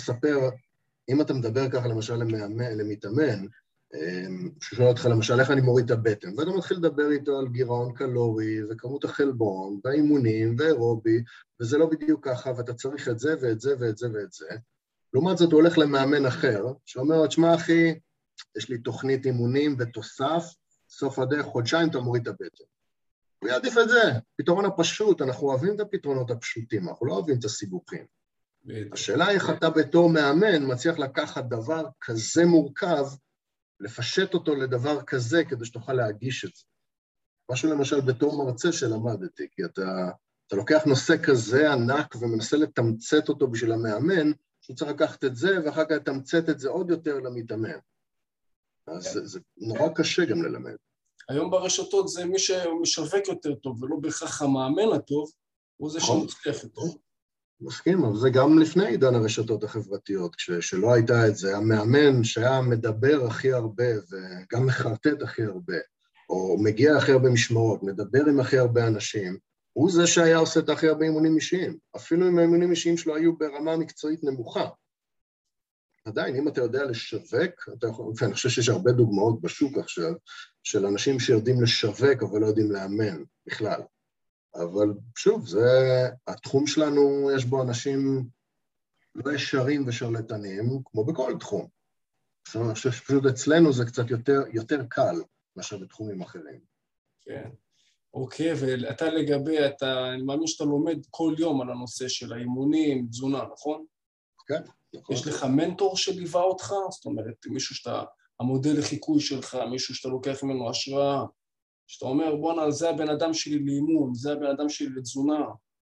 אם אתה מדבר ככה למשל למתאמן, ששואל אותך למשל איך אני מוריד את הבטן, ואתה מתחיל לדבר איתו על גירעון קלורי, וכמות החלבון, והאימונים, ואירובי, וזה לא בדיוק ככה, ואתה צריך את זה ואת זה ואת זה ואת זה. לעומת זאת הוא הולך למאמן אחר, שאומר, תשמע אחי, יש לי תוכנית אימונים ותוסף, סוף הדרך, חודשיים אתה מוריד את הבטן. הוא יעדיף את זה, פתרון הפשוט, אנחנו אוהבים את הפתרונות הפשוטים, אנחנו לא אוהבים את הסיבוכים. השאלה היא איך אתה בתור מאמן מצליח לקחת דבר כזה מורכב, לפשט אותו לדבר כזה כדי שתוכל להגיש את זה. משהו למשל בתור מרצה שלמדתי, כי אתה לוקח נושא כזה ענק ומנסה לתמצת אותו בשביל המאמן, שהוא צריך לקחת את זה ואחר כך לתמצת את זה עוד יותר למתאמן. אז זה נורא קשה גם ללמד. היום ברשתות זה מי שמשווק יותר טוב ולא בהכרח המאמן הטוב, הוא זה שמצליח יותר. מסכים, אבל זה גם לפני עידן הרשתות החברתיות, כשלא הייתה את זה, המאמן שהיה מדבר הכי הרבה וגם מחרטט הכי הרבה, או מגיע הכי הרבה משמרות, מדבר עם הכי הרבה אנשים, הוא זה שהיה עושה את הכי הרבה אימונים אישיים. אפילו אם האימונים אישיים שלו היו ברמה מקצועית נמוכה. עדיין, אם אתה יודע לשווק, ואני חושב שיש הרבה דוגמאות בשוק עכשיו, של אנשים שיודעים לשווק אבל לא יודעים לאמן בכלל. אבל שוב, התחום שלנו, יש בו אנשים לא ישרים ושרלטנים, כמו בכל תחום. אני חושב שפשוט אצלנו זה קצת יותר קל מאשר בתחומים אחרים. כן. אוקיי, ואתה אני מאמין שאתה לומד כל יום על הנושא של האימונים, תזונה, נכון? כן, נכון. יש לך מנטור שליווה אותך? זאת אומרת, מישהו המודל לחיקוי שלך, מישהו שאתה לוקח ממנו השראה, שאתה אומר, בוא'נה, זה הבן אדם שלי לאימון, זה הבן אדם שלי לתזונה.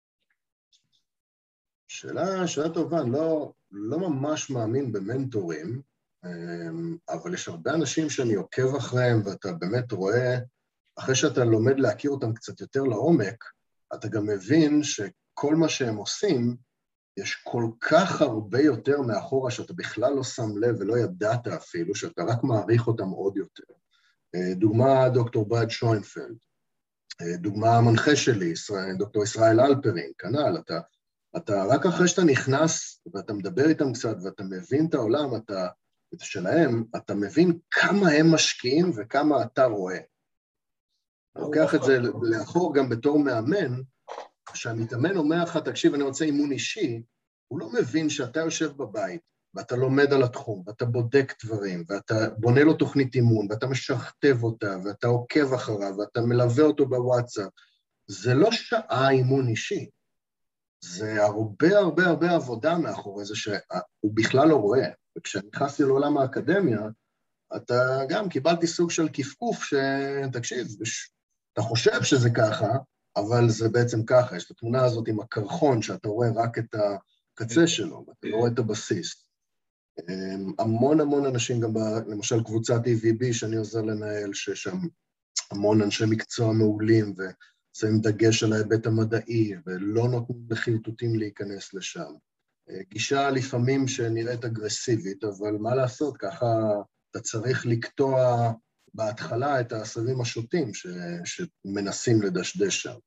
שאלה טובה, לא ממש מאמין במנטורים, אבל יש הרבה אנשים שאני עוקב אחריהם, ואתה באמת רואה, אחרי שאתה לומד להכיר אותם קצת יותר לעומק, אתה גם מבין שכל מה שהם עושים, יש כל כך הרבה יותר מאחורה, שאתה בכלל לא שם לב ולא ידעת אפילו, שאתה רק מעריך אותם עוד יותר. דוגמה דוקטור ברד שוינפלד, דוגמה המנחה שלי, דוקטור ישראל אלפרין, כנ"ל, אתה רק אחרי שאתה נכנס ואתה מדבר איתם קצת ואתה מבין את העולם, אתה שלהם, אתה מבין כמה הם משקיעים וכמה אתה רואה. אני לוקח את זה לאחור גם בתור מאמן, כשהמתאמן אומר לך, תקשיב, אני רוצה אימון אישי, הוא לא מבין שאתה יושב בבית, ואתה לומד על התחום, ואתה בודק דברים, ואתה בונה לו תוכנית אימון, ואתה משכתב אותה, ואתה עוקב אחריו, ואתה מלווה אותו בוואטסאפ. זה לא שעה אימון אישי, זה הרבה הרבה הרבה עבודה מאחורי זה שהוא בכלל לא רואה. וכשנכנסתי לעולם האקדמיה, אתה גם קיבלתי סוג של כפכוף שתקשיב, אתה חושב שזה ככה, אבל זה בעצם ככה, יש את התמונה הזאת עם הקרחון, שאתה רואה רק את הקצה שלו, ואתה לא רואה את הבסיס. המון המון אנשים, גם למשל קבוצת EVB, שאני עוזר לנהל, ששם המון אנשי מקצוע מעולים, ושמים דגש על ההיבט המדעי, ולא נותנים לחילטוטים להיכנס לשם. גישה לפעמים שנראית אגרסיבית, אבל מה לעשות, ככה אתה צריך לקטוע בהתחלה את העשבים השוטים שמנסים לדשדש שם.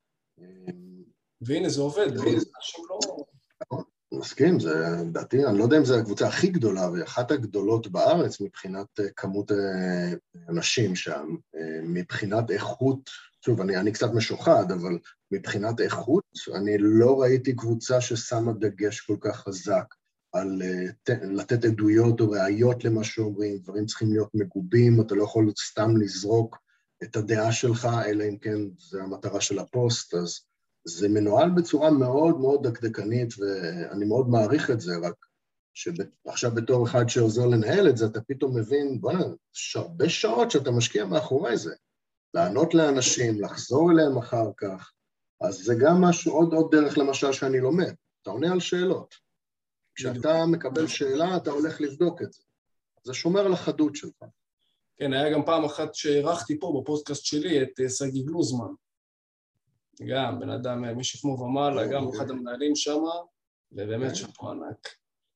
והנה זה עובד, אנשים לא... מסכים, זה דעתי, אני לא יודע אם זו הקבוצה הכי גדולה, ואחת הגדולות בארץ מבחינת כמות אנשים שם, מבחינת איכות, שוב, אני קצת משוחד, אבל מבחינת איכות, אני לא ראיתי קבוצה ששמה דגש כל כך חזק על לתת עדויות או ראיות למה שאומרים, דברים צריכים להיות מגובים, אתה לא יכול סתם לזרוק את הדעה שלך, אלא אם כן זה המטרה של הפוסט, אז זה מנוהל בצורה מאוד מאוד דקדקנית, ואני מאוד מעריך את זה, רק שעכשיו בתור אחד שעוזר לנהל את זה, אתה פתאום מבין, בוא'נה, יש הרבה שעות שאתה משקיע מאחורי זה, לענות לאנשים, לחזור אליהם אחר כך, אז זה גם משהו, עוד דרך למשל שאני לומד, אתה עונה על שאלות. כשאתה מקבל שאלה, אתה הולך לבדוק את זה. זה שומר על החדות שלך. כן, היה גם פעם אחת שערכתי פה בפודקאסט שלי את סגי גלוזמן. גם בן אדם משכמו ומעלה, גם אחד המנהלים שם, ובאמת שאפו ענק.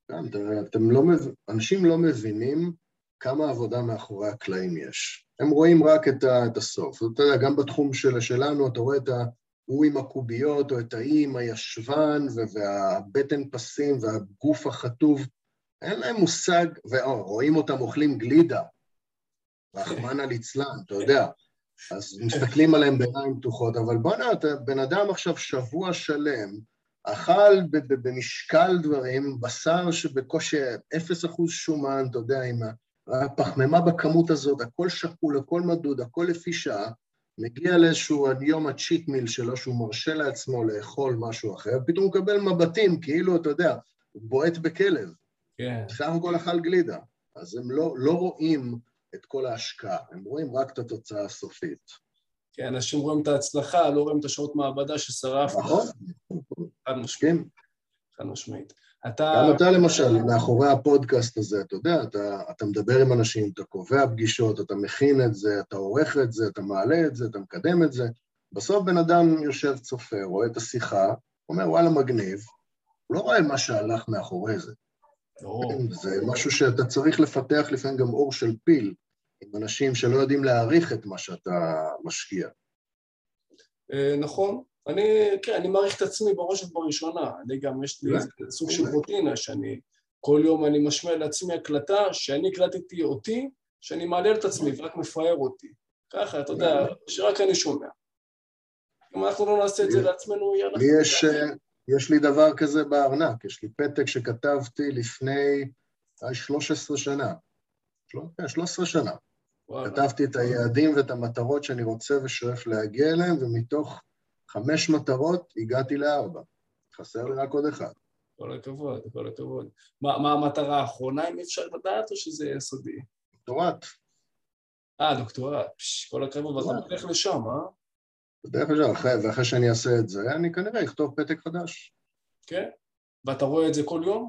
אנשים לא מבינים כמה עבודה מאחורי הקלעים יש. הם רואים רק את הסוף. אתה יודע, גם בתחום שלנו, אתה רואה את הוא עם הקוביות, או את האי עם הישבן, והבטן פסים, והגוף החטוב. אין להם מושג, ורואים אותם אוכלים גלידה, רחמן על אצלן, אתה יודע. אז מסתכלים עליהם בעיניים פתוחות, אבל בוא'נה, בן אדם עכשיו שבוע שלם, אכל במשקל דברים, בשר שבקושי 0% שומן, אתה יודע, עם הפחמימה בכמות הזאת, הכל שקול, הכל מדוד, הכל לפי שעה, מגיע לאיזשהו יום הצ'יט מיל שלו, שהוא מרשה לעצמו לאכול משהו אחר, פתאום הוא מקבל מבטים, כאילו, אתה יודע, הוא בועט בכלב. כן. סך הכל אכל גלידה. אז הם לא רואים את כל ההשקעה, הם רואים רק את התוצאה הסופית. כן, אנשים רואים את ההצלחה, לא רואים את השעות מעבדה ששרף. נכון. חד משמעית. חד משמעית. גם אתה למשל, מאחורי הפודקאסט הזה, אתה יודע, אתה מדבר עם אנשים, אתה קובע פגישות, אתה מכין את זה, אתה עורך את זה, אתה מעלה את זה, אתה מקדם את זה. בסוף בן אדם יושב צופה, רואה את השיחה, אומר, וואלה, מגניב, הוא לא רואה מה שהלך מאחורי זה. זה משהו שאתה צריך לפתח לפעמים גם אור של פיל, עם אנשים שלא יודעים להעריך את מה שאתה משקיע. נכון. אני מעריך את עצמי בראש ובראשונה. אני גם, יש לי סוג של רוטינה, שאני כל יום אני משמיע לעצמי הקלטה, שאני הקלטתי אותי, שאני מעלה את עצמי ורק מפאר אותי. ככה, אתה יודע, שרק אני שומע. אם אנחנו לא נעשה את זה לעצמנו, יש לי דבר כזה בארנק, יש לי פתק שכתבתי לפני 13 שנה. 13 שנה. כתבתי את היעדים ואת המטרות שאני רוצה ושואף להגיע אליהם, ומתוך 5 מטרות הגעתי ל4. חסר לי רק עוד 1. כל הכבוד, כל הכבוד. מה המטרה האחרונה, אם אפשר לדעת, או שזה יסודי? דוקטורט. דוקטורט. כל הכבוד, ואתה הולך לשם, בדרך כלל, ואחרי שאני אעשה את זה, אני כנראה אכתוב פתק חדש. כן? ואתה רואה את זה כל יום?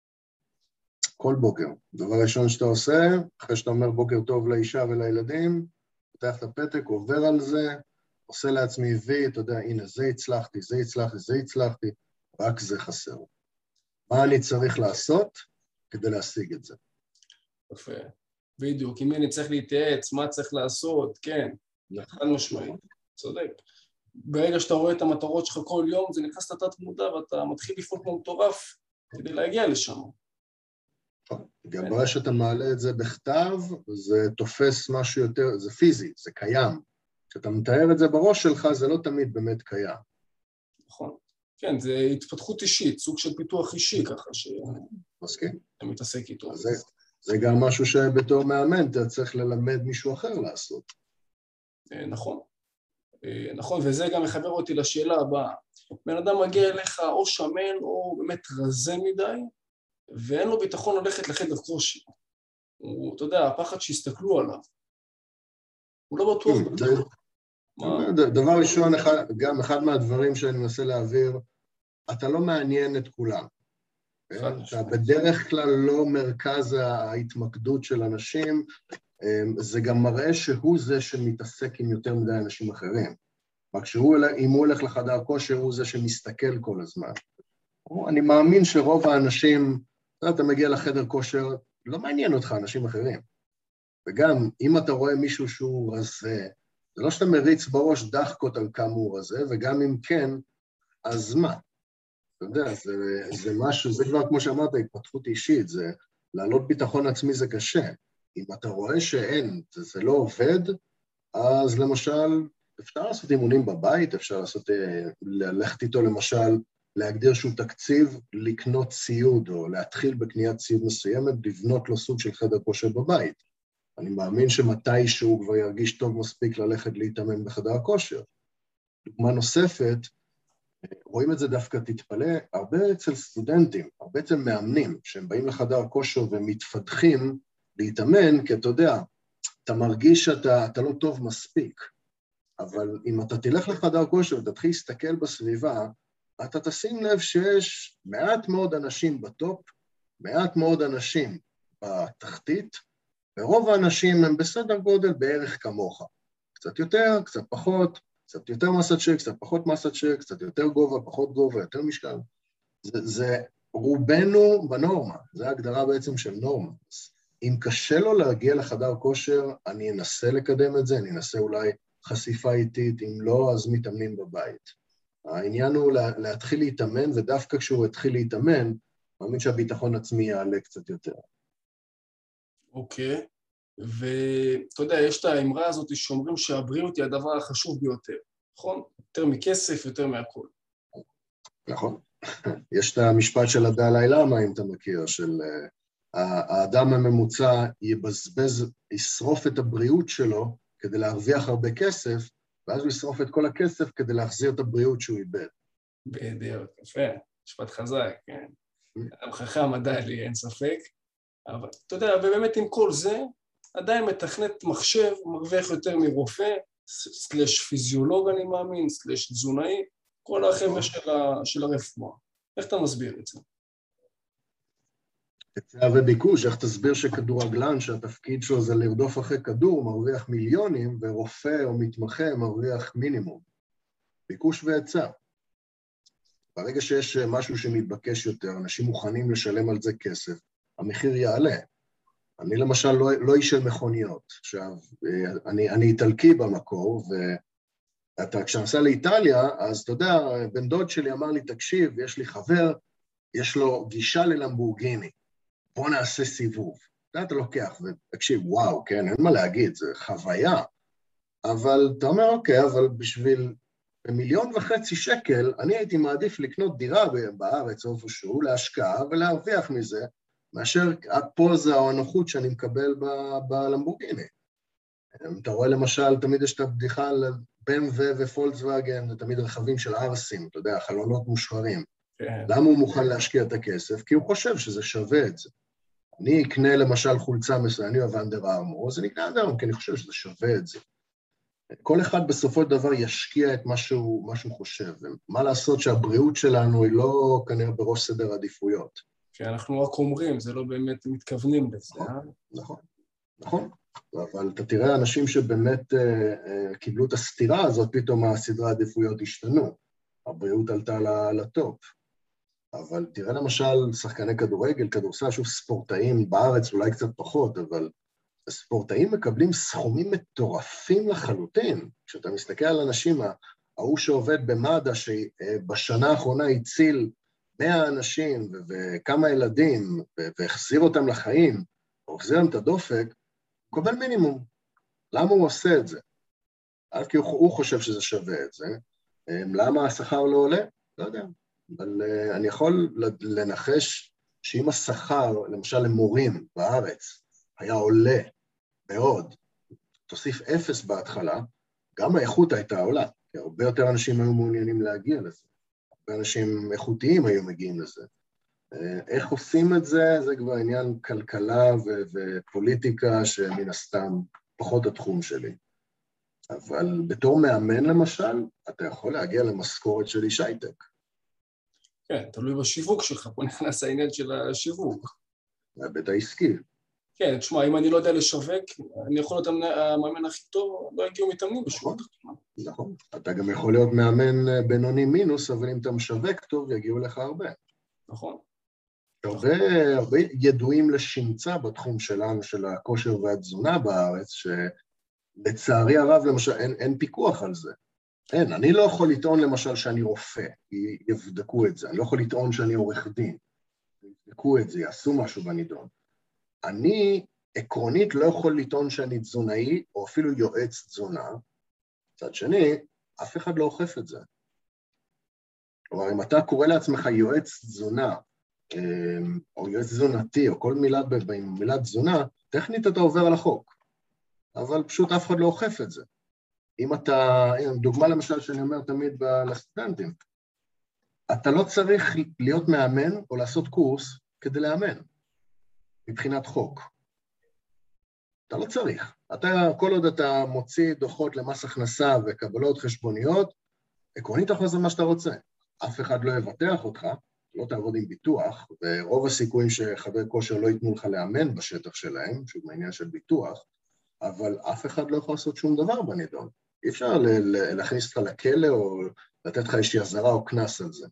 כל בוקר. דבר ראשון שאתה עושה, אחרי שאתה אומר בוקר טוב לאישה ולילדים, פותח את הפתק, עובר על זה, עושה לעצמי וי, אתה יודע, הנה, זה הצלחתי, זה הצלחתי, זה הצלחתי, רק זה חסר. מה אני צריך לעשות כדי להשיג את זה? יפה. בדיוק, עם מי אני צריך להתייעץ, מה צריך לעשות, כן. חד משמעית, צודק. ברגע שאתה רואה את המטרות שלך כל יום, זה נכנס לתת מודע, ואתה מתחיל לפעול כמו מטורף כדי להגיע לשם. גם ברגע שאתה מעלה את זה בכתב, זה תופס משהו יותר, זה פיזי, זה קיים. כשאתה מתאר את זה בראש שלך, זה לא תמיד באמת קיים. נכון. כן, זה התפתחות אישית, סוג של פיתוח אישי ככה, מסכים. שאתה מתעסק איתו. זה גם משהו שבתור מאמן אתה צריך ללמד מישהו אחר לעשות. נכון. נכון, וזה גם מחבר אותי לשאלה הבאה. בן אדם מגיע אליך או שמן או באמת רזה מדי, ואין לו ביטחון ללכת לחדר כושר. אתה יודע, הפחד שיסתכלו עליו. הוא לא בטוח. דבר ראשון, גם אחד מהדברים שאני מנסה להעביר, אתה לא מעניין את כולם. אתה בדרך כלל לא מרכז ההתמקדות של אנשים, זה גם מראה שהוא זה שמתעסק עם יותר מדי אנשים אחרים. רק אם הוא הולך לחדר כושר, הוא זה שמסתכל כל הזמן. אני מאמין שרוב האנשים, אתה מגיע לחדר כושר, לא מעניין אותך אנשים אחרים. וגם אם אתה רואה מישהו שהוא רזה, זה לא שאתה מריץ בראש דחקות על כמה הוא רזה, וגם אם כן, אז מה? אתה יודע, זה משהו, זה כבר כמו שאמרת, התפתחות אישית, זה לעלות ביטחון עצמי זה קשה. אם אתה רואה שאין, זה לא עובד, אז למשל, אפשר לעשות אימונים בבית, אפשר ללכת איתו למשל, להגדיר שהוא תקציב, לקנות ציוד, או להתחיל בקניית ציוד מסוימת, לבנות לו סוג של חדר כושר בבית. אני מאמין שמתישהו כבר ירגיש טוב מספיק ללכת להתאמן בחדר הכושר. דוגמה נוספת, רואים את זה דווקא, תתפלא, הרבה אצל סטודנטים, הרבה אצל מאמנים, שהם באים לחדר כושר ומתפתחים להתאמן, כי אתה יודע, אתה מרגיש שאתה לא טוב מספיק, אבל אם אתה תלך לחדר כושר ותתחיל להסתכל בסביבה, אתה תשים לב שיש מעט מאוד אנשים בטופ, מעט מאוד אנשים בתחתית, ורוב האנשים הם בסדר גודל בערך כמוך. קצת יותר, קצת פחות, קצת יותר מסת שיר, קצת פחות מסת שיר, קצת יותר גובה, פחות גובה, יותר משקל. זה רובנו בנורמה, זה ההגדרה בעצם של נורמה. אם קשה לו להגיע לחדר כושר, אני אנסה לקדם את זה, אני אנסה אולי חשיפה איטית, אם לא, אז מתאמנים בבית. העניין הוא להתחיל להתאמן, ודווקא כשהוא התחיל להתאמן, מאמין שהביטחון עצמי יעלה קצת יותר. אוקיי, ואתה יודע, יש את האמרה הזאת שאומרים שהבריאות היא הדבר החשוב ביותר, נכון? יותר מכסף, יותר מהכל. נכון. יש את המשפט של הדלאי לאמה, אם אתה מכיר, של האדם הממוצע ישרוף את הבריאות שלו כדי להרוויח הרבה כסף, ואז הוא ישרוף את כל הכסף כדי להחזיר את הבריאות שהוא איבד. בדיוק, יפה, משפט חזק, כן. חכם עדיין, אין ספק. אבל אתה יודע, ובאמת עם כל זה, עדיין מתכנת מחשב, מרוויח יותר מרופא, סלש פיזיולוג אני מאמין, סלש תזונאי, כל החבר'ה של הרפואה. איך אתה מסביר את זה? היצע וביקוש, איך תסביר שכדורגלן שהתפקיד שלו זה לרדוף אחרי כדור, מרוויח מיליונים, ורופא או מתמחה מרוויח מינימום. ביקוש והיצע. ברגע שיש משהו שמתבקש יותר, אנשים מוכנים לשלם על זה כסף, המחיר יעלה. אני למשל לא איש של מכוניות. עכשיו, אני איטלקי במקור, וכשאני נסע לאיטליה, אז אתה יודע, בן דוד שלי אמר לי, תקשיב, יש לי חבר, יש לו גישה ללמבורגיני. בוא נעשה סיבוב. אתה לוקח ותקשיב, וואו, כן, אין מה להגיד, זה חוויה. אבל אתה אומר, אוקיי, אבל בשביל 1.5 מיליון שקל, אני הייתי מעדיף לקנות דירה בארץ או איפשהו, להשקעה ולהרוויח מזה, מאשר הפוזה או הנוחות שאני מקבל בלמבורגיני. אתה רואה למשל, תמיד יש את הבדיחה על BMW ופולקסווגן, זה תמיד רכבים של ארסים, אתה יודע, חלונות מושחרים. למה הוא מוכן להשקיע את הכסף? כי הוא חושב שזה שווה את זה. אני אקנה למשל חולצה מסוים, אני אוהב אנדר ארמור, אז אני אקנה אנדר ארמור, כי אני חושב שזה שווה את זה. כל אחד בסופו של דבר ישקיע את מה שהוא חושב. מה לעשות שהבריאות שלנו היא לא כנראה בראש סדר עדיפויות. שאנחנו רק אומרים, זה לא באמת מתכוונים לזה. נכון. אבל אתה תראה אנשים שבאמת קיבלו את הסתירה הזאת, פתאום הסדרי העדיפויות השתנו. הבריאות עלתה לטופ. אבל תראה למשל שחקני כדורגל, כדורסל, שוב ספורטאים בארץ, אולי קצת פחות, אבל הספורטאים מקבלים סכומים מטורפים לחלוטין. כשאתה מסתכל על אנשים, ההוא שעובד במד"א, שבשנה האחרונה הציל 100 אנשים וכמה ילדים, והחזיר אותם לחיים, או החזיר להם את הדופק, הוא קבל מינימום. למה הוא עושה את זה? אז כי הוא חושב שזה שווה את זה. למה השכר לא עולה? לא יודע. אבל אני יכול לנחש שאם השכר, למשל למורים בארץ, היה עולה מאוד, תוסיף 0 בהתחלה, גם האיכות הייתה עולה, כי הרבה יותר אנשים היו מעוניינים להגיע לזה. הרבה אנשים איכותיים היו מגיעים לזה. איך עושים את זה? זה כבר עניין כלכלה ופוליטיקה שמן הסתם פחות התחום שלי. אבל בתור מאמן למשל, אתה יכול להגיע למשכורת של איש הייטק. כן, תלוי בשיווק שלך, פה נכנס העניין של השיווק. מהבית העסקי. כן, תשמע, אם אני לא יודע לשווק, אני יכול להיות המאמן הכי טוב, לא הגיעו מתאמנים בשורה התחתונה. נכון. אתה גם יכול להיות מאמן בינוני מינוס, אבל אם אתה משווק טוב, יגיעו לך הרבה. נכון. הרבה ידועים לשמצה בתחום שלנו, של הכושר והתזונה בארץ, שלצערי הרב, למשל, אין פיקוח על זה. אין, אני לא יכול לטעון למשל שאני רופא, כי יבדקו את זה. אני לא יכול לטעון שאני עורך דין. יבדקו את זה, יעשו משהו בנידון. אני עקרונית לא יכול לטעון שאני תזונאי, או אפילו יועץ תזונה. מצד שני, אף אחד לא אוכף את זה. כלומר, אם אתה קורא לעצמך יועץ תזונה, או יועץ תזונתי, או כל מילה במילה תזונה, טכנית אתה עובר על החוק. אבל פשוט אף אחד לא אוכף את זה. אם אתה, דוגמה למשל שאני אומר תמיד לסטודנטים, אתה לא צריך להיות מאמן או לעשות קורס כדי לאמן, מבחינת חוק. אתה לא צריך. כל עוד אתה מוציא דוחות למס הכנסה וקבלות חשבוניות, עקרונית אתה יכול לעשות מה שאתה רוצה. אף אחד לא יבטח אותך, לא תעבוד עם ביטוח, ורוב הסיכויים שחבר כושר לא ייתנו לך לאמן בשטח שלהם, שוב מעניין של ביטוח, אבל אף אחד לא יכול לעשות שום דבר בנידון. אי אפשר להכניס אותך לכלא או לתת לך איזושהי אזהרה או כנס על זה.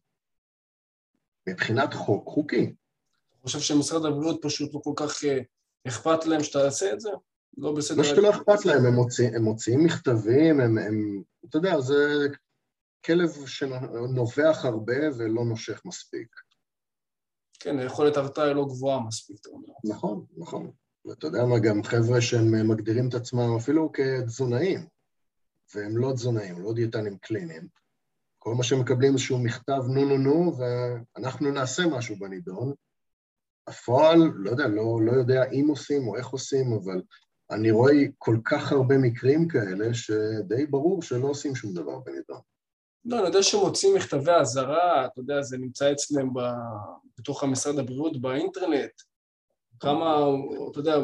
מבחינת חוק חוקי. אתה חושב שמשרד הבריאות פשוט לא כל כך אכפת להם שאתה עושה את זה? לא בסדר. לא שאתה לא אכפת להם, הם מוציאים מכתבים, אתה יודע, זה כלב שנובח הרבה ולא נושך מספיק. כן, יכולת הרתעה לא גבוהה מספיק. נכון, נכון. ואתה יודע מה, גם חבר'ה שהם מגדירים את עצמם אפילו כתזונאים, והם לא תזונאים, לא דיאטנים קליניים. כל מה שהם מקבלים איזשהו מכתב נו, ואנחנו נעשה משהו בנידון. הפועל, לא יודע, לא יודע אם עושים או איך עושים, אבל אני רואה כל כך הרבה מקרים כאלה שדי ברור שלא עושים שום דבר בנידון. לא, אני יודע שמוצאים מכתבי אזהרה, אתה יודע, זה נמצא אצלם בתוך המשרד הבריאות באינטרנט. כמה, אתה יודע,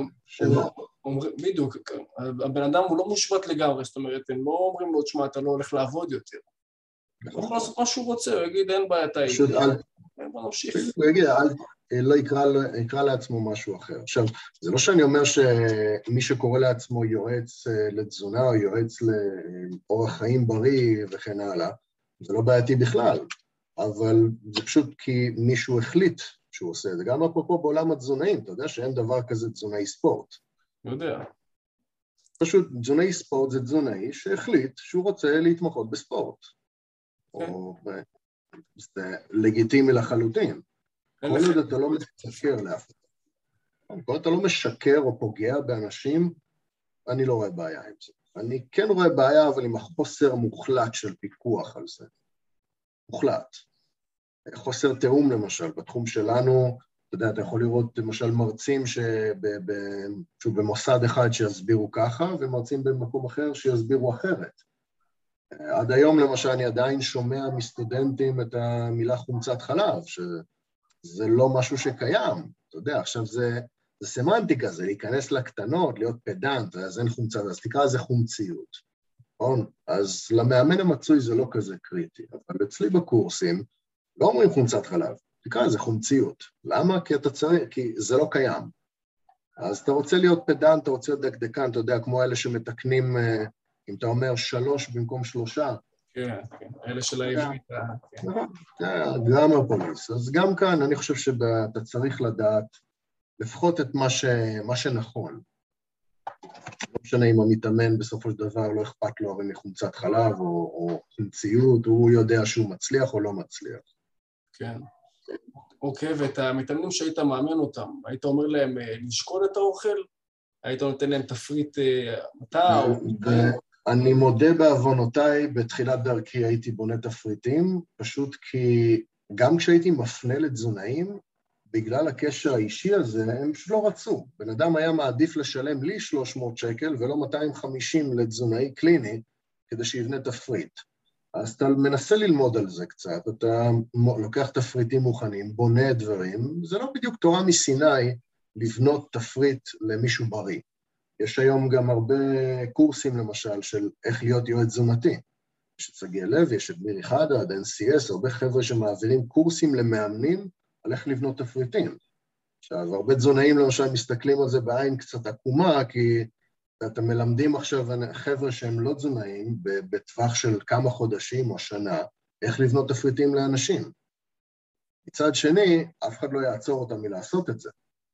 בדיוק, הבן אדם הוא לא מושבת לגמרי, זאת אומרת, הם לא אומרים לו, תשמע, אתה לא הולך לעבוד יותר. הוא יכול לעשות מה שהוא רוצה, הוא יגיד, אין בעיה, אתה יגיד. בוא נמשיך. הוא יגיד, לא יקרא לעצמו משהו אחר. עכשיו, זה לא שאני אומר שמי שקורא לעצמו יועץ לתזונה, או יועץ לאורח חיים בריא וכן הלאה, זה לא בעייתי בכלל, אבל זה פשוט כי מישהו החליט שהוא עושה את זה. גם אפרופו בעולם התזונאים, אתה יודע שאין דבר כזה תזונאי ספורט. אני יודע. פשוט תזונאי ספורט זה תזונאי שהחליט שהוא רוצה להתמחות בספורט. זה לגיטימי לחלוטין. כל עוד אתה לא משקר לאף אחד. כל עוד אתה לא משקר או פוגע באנשים, אני לא רואה בעיה עם זה. אני כן רואה בעיה, אבל עם החוסר מוחלט של פיקוח על זה. מוחלט. חוסר תאום למשל, בתחום שלנו, אתה יודע, אתה יכול לראות למשל מרצים במוסד אחד שיסבירו ככה, ומרצים במקום אחר שיסבירו אחרת. עד היום למשל אני עדיין שומע מסטודנטים את המילה חומצת חלב, שזה לא משהו שקיים, אתה יודע, עכשיו זה סמנטיקה, זה להיכנס לקטנות, להיות פדנט, אז אין חומצת, אז תקרא לזה חומציות. נכון? אז למאמן המצוי זה לא כזה קריטי, אבל אצלי בקורסים לא אומרים חומצת חלב, תקרא לזה חומציות. למה? כי אתה צריך, כי זה לא קיים. אז אתה רוצה להיות פדנט, אתה רוצה להיות דקדקן, אתה יודע, כמו אלה שמתקנים, אם אתה אומר 3 במקום 3. כן, אלה של העברית. גרמר פוליס. אז גם כאן אני חושב שאתה צריך לדעת לפחות את מה שנכון. לא משנה אם המתאמן בסופו של דבר לא אכפת לו הרי מחומצת חלב או חומציות, הוא יודע שהוא מצליח או לא מצליח. כן. אוקיי, ואת המתאמנים שהיית מאמן אותם, היית אומר להם לשקול את האוכל? היית נותן להם תפריט מטע או... אני מודה בעוונותיי, בתחילת דרכי הייתי בונה תפריטים, פשוט כי גם כשהייתי מפנה לתזונאים, בגלל הקשר האישי הזה, הם פשוט לא רצו. בן אדם היה מעדיף לשלם לי 300 שקל ולא 250 לתזונאי קליני, כדי שיבנה תפריט. אז אתה מנסה ללמוד על זה קצת, אתה לוקח תפריטים מוכנים, בונה דברים, זה לא בדיוק תורה מסיני לבנות תפריט למישהו בריא. יש היום גם הרבה קורסים למשל של איך להיות יועץ תזונתי. יש את סגי לב, יש את מירי חדד, NCS, הרבה חבר'ה שמעבירים קורסים למאמנים על איך לבנות תפריטים. עכשיו, הרבה תזונאים למשל מסתכלים על זה בעין קצת עקומה, כי אתם מלמדים עכשיו חבר'ה שהם לא תזונאים, בטווח של כמה חודשים או שנה, איך לבנות תפריטים לאנשים. מצד שני, אף אחד לא יעצור אותם מלעשות את זה.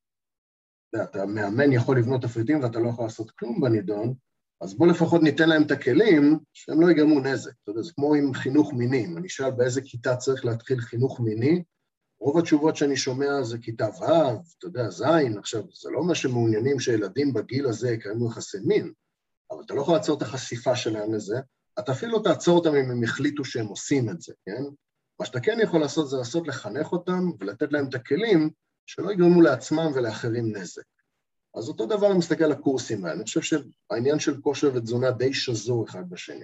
אתה מאמן יכול לבנות תפריטים ואתה לא יכול לעשות כלום בנידון, אז בוא לפחות ניתן להם את הכלים שהם לא יגרמו נזק. אתה יודע, זה כמו עם חינוך מיני. אני שאל באיזה כיתה צריך להתחיל חינוך מיני, רוב התשובות שאני שומע זה כיתה ו', אתה יודע, זין. עכשיו, זה לא מה שמעוניינים שילדים בגיל הזה יקיימו יחסי מין, אבל אתה לא יכול לעצור את החשיפה שלהם לזה, אתה אפילו לא תעצור אותם אם הם החליטו שהם עושים את זה, כן? מה שאתה כן יכול לעשות זה לעשות לחנך אותם ולתת להם את הכלים שלא יגרמו לעצמם ולאחרים נזק. אז אותו דבר אני מסתכל על הקורסים האלה, אני חושב שהעניין של כושר ותזונה די שזור אחד בשני.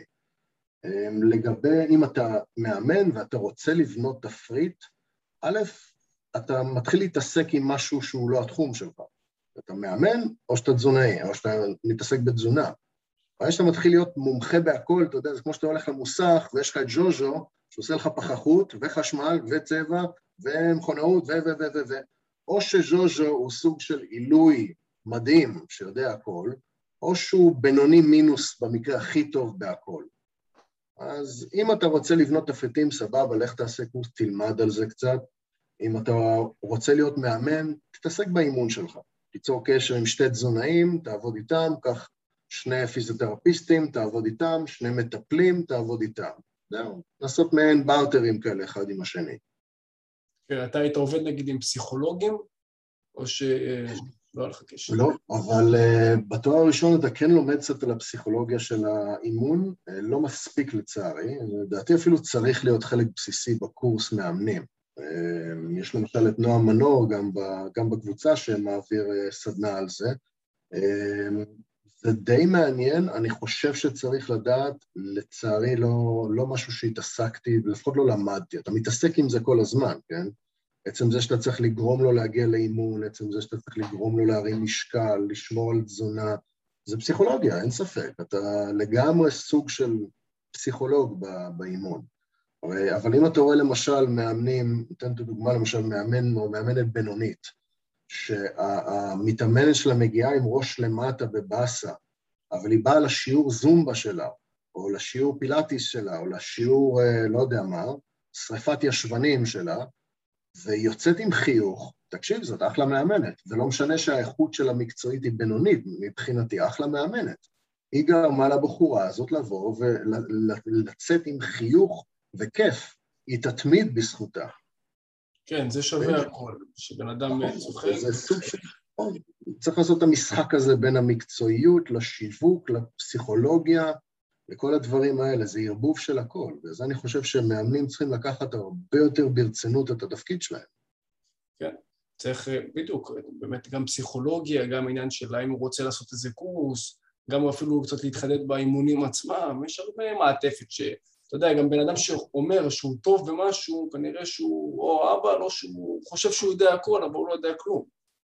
לגבי אם אתה מאמן ואתה רוצה לבנות תפריט, א', אתה מתחיל להתעסק עם משהו שהוא לא התחום שלך. אתה מאמן או שאתה תזונאי, או שאתה מתעסק בתזונה. אבל שאתה מתחיל להיות מומחה בהכל, אתה יודע, זה כמו שאתה הולך למוסך ויש לך את ז'וז'ו, שעושה לך פחחות וחשמל וצבע ומכונאות או שז'וז'ו הוא סוג של עילוי מדהים שיודע הכל, או שהוא בינוני מינוס במקרה הכי טוב בהכל. אז אם אתה רוצה לבנות תפריטים, סבבה, לך תעשה קורס, תלמד על זה קצת. אם אתה רוצה להיות מאמן, תתעסק באימון שלך. תיצור קשר עם שתי תזונאים, תעבוד איתם, קח 2 פיזיותרפיסטים, תעבוד איתם, 2 מטפלים, תעבוד איתם. זהו, לעשות מעין בארטרים כאלה אחד עם השני. אתה היית עובד נגיד עם פסיכולוגים, או שלא היה לך קשר? לא, אבל בתואר הראשון אתה כן לומד קצת על הפסיכולוגיה של האימון, לא מספיק לצערי, לדעתי אפילו צריך להיות חלק בסיסי בקורס מאמנים. יש למשל את נועם מנור גם בקבוצה שמעביר סדנה על זה. זה די מעניין, אני חושב שצריך לדעת, לצערי לא משהו שהתעסקתי, לפחות לא למדתי, אתה מתעסק עם זה כל הזמן, כן? עצם זה שאתה צריך לגרום לו להגיע לאימון, עצם זה שאתה צריך לגרום לו להרים משקל, לשמור על תזונה, זה פסיכולוגיה, אין ספק, אתה לגמרי סוג של פסיכולוג באימון. אבל אם אתה רואה למשל מאמנים, ניתן את הדוגמה למשל מאמן או מאמנת בינונית, שהמתאמנת שלה מגיעה עם ראש למטה בבאסה, אבל היא באה לשיעור זומבה שלה, או לשיעור פילאטיס שלה, או לשיעור, לא יודע מה, שריפת ישבנים שלה, והיא יוצאת עם חיוך, תקשיב, זאת אחלה מאמנת, ולא משנה שהאיכות של המקצועית היא בינונית, מבחינתי אחלה מאמנת. היא גרמה לבחורה הזאת לבוא ולצאת עם חיוך וכיף, היא תתמיד בזכותה. כן, זה שווה הכל, שבן אדם צוחק. זה סוג של... צריך לעשות את המשחק הזה בין המקצועיות לשיווק, לפסיכולוגיה, לכל הדברים האלה, זה ערבוב של הכל, וזה אני חושב שמאמנים צריכים לקחת הרבה יותר ברצינות את התפקיד שלהם. כן, צריך בדיוק, באמת גם פסיכולוגיה, גם עניין של האם הוא רוצה לעשות איזה קורס, גם אפילו קצת להתחדד באימונים עצמם, יש הרבה מעטפת אתה יודע, גם בן אדם שאומר שהוא טוב במשהו, כנראה שהוא או אבא, לא שהוא חושב שהוא יודע הכל, אבל הוא לא יודע כלום.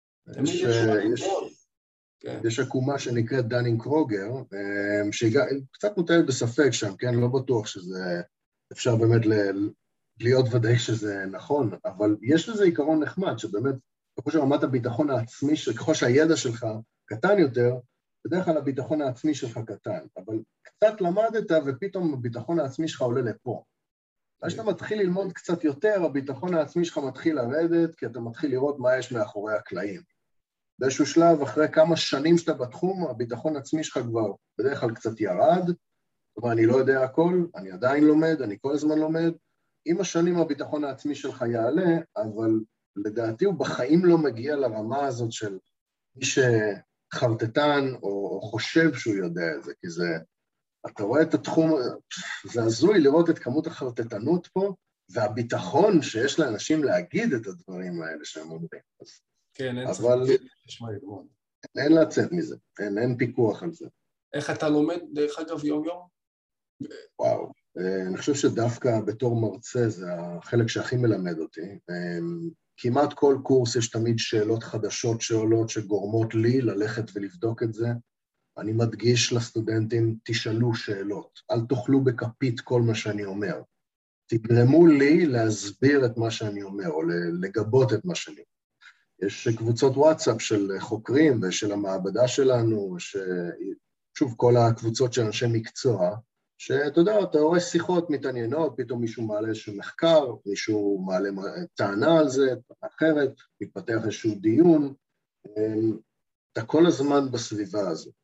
יש עקומה שנקראת דנינג קרוגר, שקצת מוטלת בספק שם, כן? לא בטוח שזה אפשר באמת להיות ודאי שזה נכון, אבל יש לזה עיקרון נחמד, שבאמת, ככל שרמת הביטחון העצמי, ככל שהידע שלך קטן יותר, בדרך כלל הביטחון העצמי שלך קטן, אבל קצת למדת ופתאום הביטחון העצמי שלך עולה לפה. כשאתה מתחיל ללמוד קצת יותר, הביטחון העצמי שלך מתחיל לרדת, כי אתה מתחיל לראות מה יש מאחורי הקלעים. באיזשהו שלב, אחרי כמה שנים שאתה בתחום, הביטחון העצמי שלך כבר בדרך כלל קצת ירד, זאת אומרת, אני לא יודע הכל, אני עדיין לומד, אני כל הזמן לומד, עם השנים הביטחון העצמי שלך יעלה, אבל לדעתי הוא בחיים לא מגיע לרמה הזאת של מי שחרטטן או חושב שהוא יודע את זה, כי זה, אתה רואה את התחום, זה הזוי לראות את כמות החרטטנות פה, והביטחון שיש לאנשים להגיד את הדברים האלה שהם אומרים. כן, אין אבל אין לצאת מזה, אין פיקוח על זה. איך אתה לומד, דרך אגב, יום-יום? וואו, אני חושב שדווקא בתור מרצה זה החלק שהכי מלמד אותי. כמעט כל קורס יש תמיד שאלות חדשות שעולות שגורמות לי ללכת ולבדוק את זה. אני מדגיש לסטודנטים, תשאלו שאלות, אל תאכלו בכפית כל מה שאני אומר. תגרמו לי להסביר את מה שאני אומר, או לגבות את מה שאני אומר. יש קבוצות וואטסאפ של חוקרים ושל המעבדה שלנו, שוב, כל הקבוצות של אנשי מקצוע, שאתה יודע, אתה רואה שיחות מתעניינות, פתאום מישהו מעלה איזשהו מחקר, מישהו מעלה טענה על זה, אחרת, מתפתח איזשהו דיון, אתה כל הזמן בסביבה הזאת.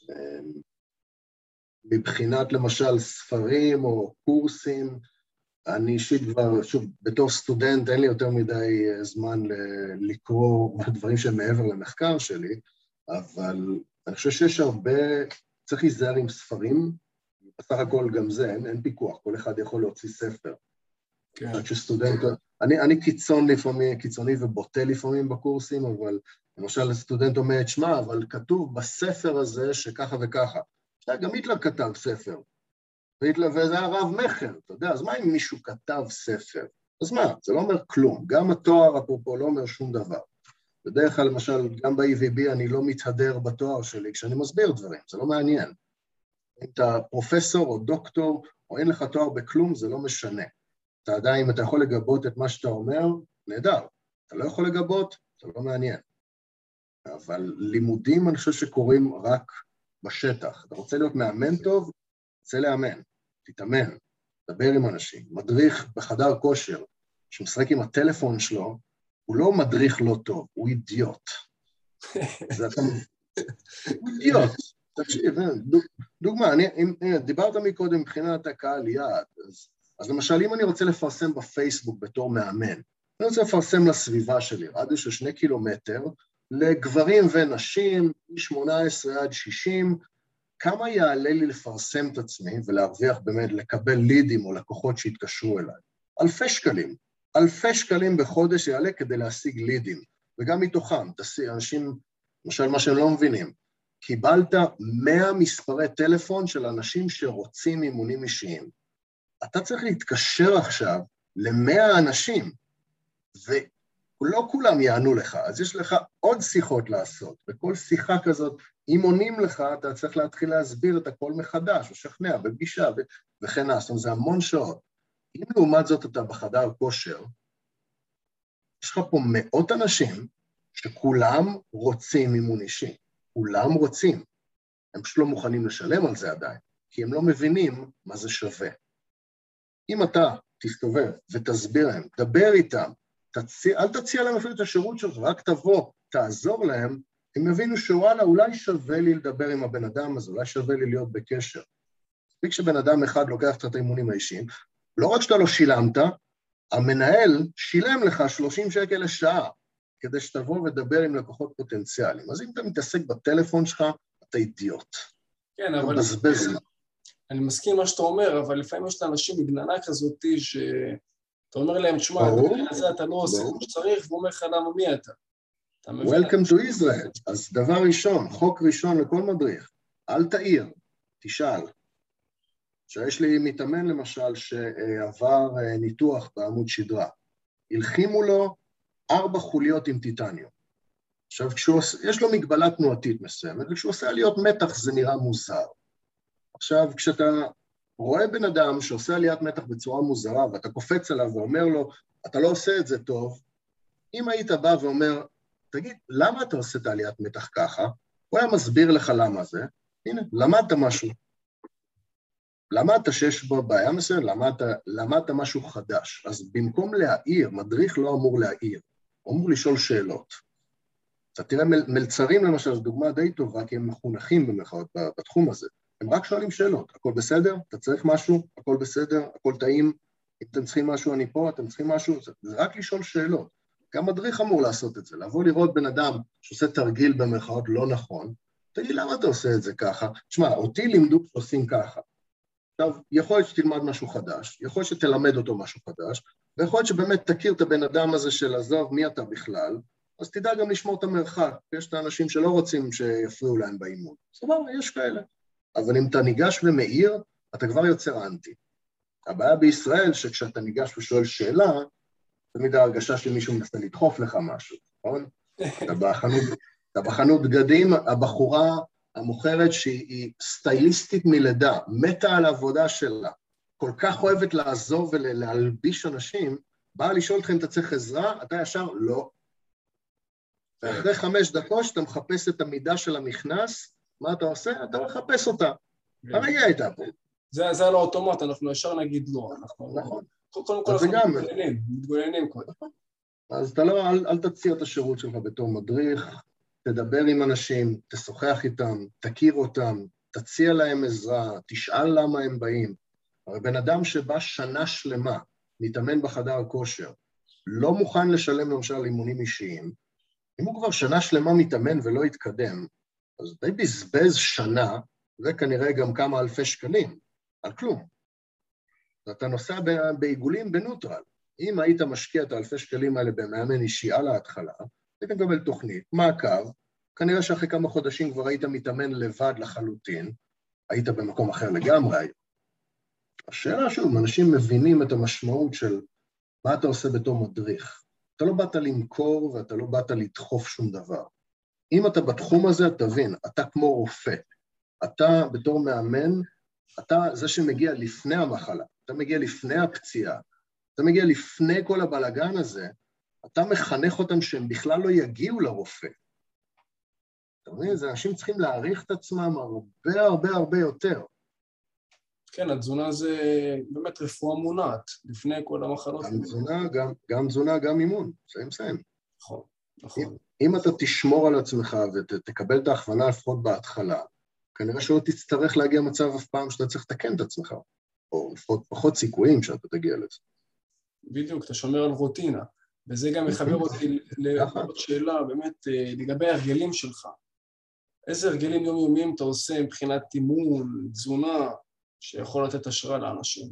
מבחינת למשל ספרים או קורסים, אני אישית כבר, שוב, בתור סטודנט אין לי יותר מדי זמן לקרוא דברים שהם מעבר למחקר שלי, אבל אני חושב שיש הרבה, צריך להיזהר עם ספרים, בסך הכל גם זה, אין פיקוח, כל אחד יכול להוציא ספר. כן. כשסטודנט, אני קיצוני ובוטה לפעמים בקורסים, אבל למשל הסטודנט אומר, שמע, אבל כתוב בספר הזה שככה וככה. גם היטלר כתב ספר, וזה הרב מחר, אתה יודע, אז מה אם מישהו כתב ספר? אז מה, זה לא אומר כלום, גם התואר אפרופו לא אומר שום דבר. בדרך כלל, למשל, גם ב-EVB אני לא מתהדר בתואר שלי כשאני מסביר דברים, זה לא מעניין. אם אתה פרופסור או דוקטור, או אין לך תואר בכלום, זה לא משנה. אתה עדיין, אם אתה יכול לגבות את מה שאתה אומר, נהדר. אתה לא יכול לגבות, זה לא מעניין. אבל לימודים אני חושב שקורים רק בשטח. אתה רוצה להיות מאמן טוב? רוצה לאמן, תתאמן, דבר עם אנשים. מדריך בחדר כושר, שמשחק עם הטלפון שלו, הוא לא מדריך לא טוב, הוא אידיוט. הוא אידיוט. תקשיב, דוגמה, דיברת מקודם מבחינת הקהל יעד, אז למשל, אם אני רוצה לפרסם בפייסבוק בתור מאמן, אני רוצה לפרסם לסביבה שלי, רדיוס של 2 קילומטר, לגברים ונשים, מ-18 עד 60, כמה יעלה לי לפרסם את עצמי ולהרוויח באמת, לקבל לידים או לקוחות שהתקשרו אליי? אלפי שקלים בחודש יעלה כדי להשיג לידים, וגם מתוכם, אנשים, למשל מה שהם לא מבינים, קיבלת 100 מספרי טלפון של אנשים שרוצים אימונים אישיים. אתה צריך להתקשר עכשיו ל100 אנשים, ולא כולם יענו לך, אז יש לך עוד שיחות לעשות, וכל שיחה כזאת, אם עונים לך, אתה צריך להתחיל להסביר את הכל מחדש, או שכנע, בפגישה, וכן הלאה, זאת אומרת, זה המון שעות. אם לעומת זאת אתה בחדר כושר, יש לך פה מאות אנשים שכולם רוצים אימון אישי, כולם רוצים, הם פשוט לא מוכנים לשלם על זה עדיין, כי הם לא מבינים מה זה שווה. אם אתה תסתובב ותסביר להם, דבר איתם, אל תציע להם אפילו את השירות שלך, רק תבוא, תעזור להם, הם יבינו שוואלה, אולי שווה לי לדבר עם הבן אדם הזה, אולי שווה לי להיות בקשר. מספיק שבן אדם אחד לוקח את האימונים האישיים, לא רק שאתה לא שילמת, המנהל שילם לך 30 שקל לשעה, כדי שתבוא ודבר עם לקוחות פוטנציאליים. אז אם אתה מתעסק בטלפון שלך, אתה אידיוט. כן, אבל... אני מסכים מה שאתה אומר, אבל לפעמים יש לאנשים מגננה כזאת שאתה אומר להם, תשמע, אתה לא עושה כמו שצריך, והוא אומר לך למה מי אתה. Welcome to Israel. אז דבר ראשון, חוק ראשון לכל מדריך, אל תעיר, תשאל. שיש לי מתאמן למשל שעבר ניתוח בעמוד שדרה, הלחימו לו 4 חוליות עם טיטניום. עכשיו, יש לו מגבלה תנועתית מסוימת, וכשהוא עושה עליות מתח זה נראה מוזר. עכשיו, כשאתה רואה בן אדם שעושה עליית מתח בצורה מוזרה, ואתה קופץ עליו ואומר לו, אתה לא עושה את זה טוב, אם היית בא ואומר, תגיד, למה אתה עושה את העליית מתח ככה? הוא היה מסביר לך למה זה. הנה, למדת משהו. למדת שיש בו בעיה מסוים, למדת משהו חדש. אז במקום להעיר, מדריך לא אמור להעיר, הוא אמור לשאול שאלות. אתה תראה, מלצרים למשל, זו דוגמה די טובה, כי הם מחונכים במחאות בתחום הזה. הם רק שואלים שאלות, הכל בסדר? אתה צריך משהו? הכל בסדר? הכל טעים? אם אתם צריכים משהו, אני פה, אתם צריכים משהו, זה רק לשאול שאלות. גם מדריך אמור לעשות את זה, לבוא לראות בן אדם שעושה תרגיל במרכאות לא נכון, תגיד, למה אתה עושה את זה ככה? תשמע, אותי לימדו שעושים ככה. עכשיו, יכול להיות שתלמד משהו חדש, יכול להיות שתלמד אותו משהו חדש, ויכול להיות שבאמת תכיר את הבן אדם הזה של עזוב, מי אתה בכלל, אז תדע גם לשמור את המרחק, יש את האנשים שלא רוצים שיפריעו להם באימון. סבבה, יש כאלה. אבל אם אתה ניגש ומאיר, אתה כבר יוצר אנטי. הבעיה בישראל שכשאתה ניגש ושואל שאלה, תמיד ההרגשה שמישהו מנסה לדחוף לך משהו, נכון? אתה בחנות בגדים, הבחורה המוכרת שהיא סטייליסטית מלידה, מתה על העבודה שלה, כל כך אוהבת לעזור ולהלביש אנשים, באה לשאול אתכם אם אתה צריך עזרה, אתה ישר לא. ואחרי 5 דקות שאתה מחפש את המידה של המכנס, מה אתה עושה? אתה מחפש אותה. הרגע הייתה פה. זה על האוטומט, אנחנו ישר נגיד לא. נכון. קודם כל אנחנו מתגוננים קודם. אז אתה לא, אל תציע את השירות שלך בתור מדריך, תדבר עם אנשים, תשוחח איתם, תכיר אותם, תציע להם עזרה, תשאל למה הם באים. הרי בן אדם שבא שנה שלמה, מתאמן בחדר כושר, לא מוכן לשלם למשל אימונים אישיים, אם הוא כבר שנה שלמה מתאמן ולא יתקדם, אז די בזבז שנה, וכנראה גם כמה אלפי שקלים, על כלום. ואתה נוסע בעיגולים בנוטרל. אם היית משקיע את האלפי שקלים האלה במאמן אישי על ההתחלה, היית מקבל תוכנית, מעקב, כנראה שאחרי כמה חודשים כבר היית מתאמן לבד לחלוטין, היית במקום אחר לגמרי. השאלה שוב, אנשים מבינים את המשמעות של מה אתה עושה בתור מדריך. אתה לא באת למכור ואתה לא באת לדחוף שום דבר. אם אתה בתחום הזה, תבין, אתה כמו רופא. אתה בתור מאמן, אתה זה שמגיע לפני המחלה, אתה מגיע לפני הפציעה, אתה מגיע לפני כל הבלגן הזה, אתה מחנך אותם שהם בכלל לא יגיעו לרופא. אתה מבין? זה אנשים צריכים להעריך את עצמם הרבה הרבה הרבה יותר. כן, התזונה זה באמת רפואה מונעת, לפני כל המחלות. גם תזונה, גם אימון, סיים. נכון, נכון. אם אתה תשמור על עצמך ותקבל את ההכוונה לפחות בהתחלה, כנראה שלא תצטרך להגיע מצב אף פעם שאתה צריך לתקן את עצמך, או לפחות פחות סיכויים שאתה תגיע לזה. בדיוק, אתה שומר על רוטינה, וזה גם מחבר אותי לעוד שאלה, באמת, לגבי הרגלים שלך. איזה הרגלים יומיומיים אתה עושה מבחינת אימון, תזונה, שיכול לתת השראה לאנשים?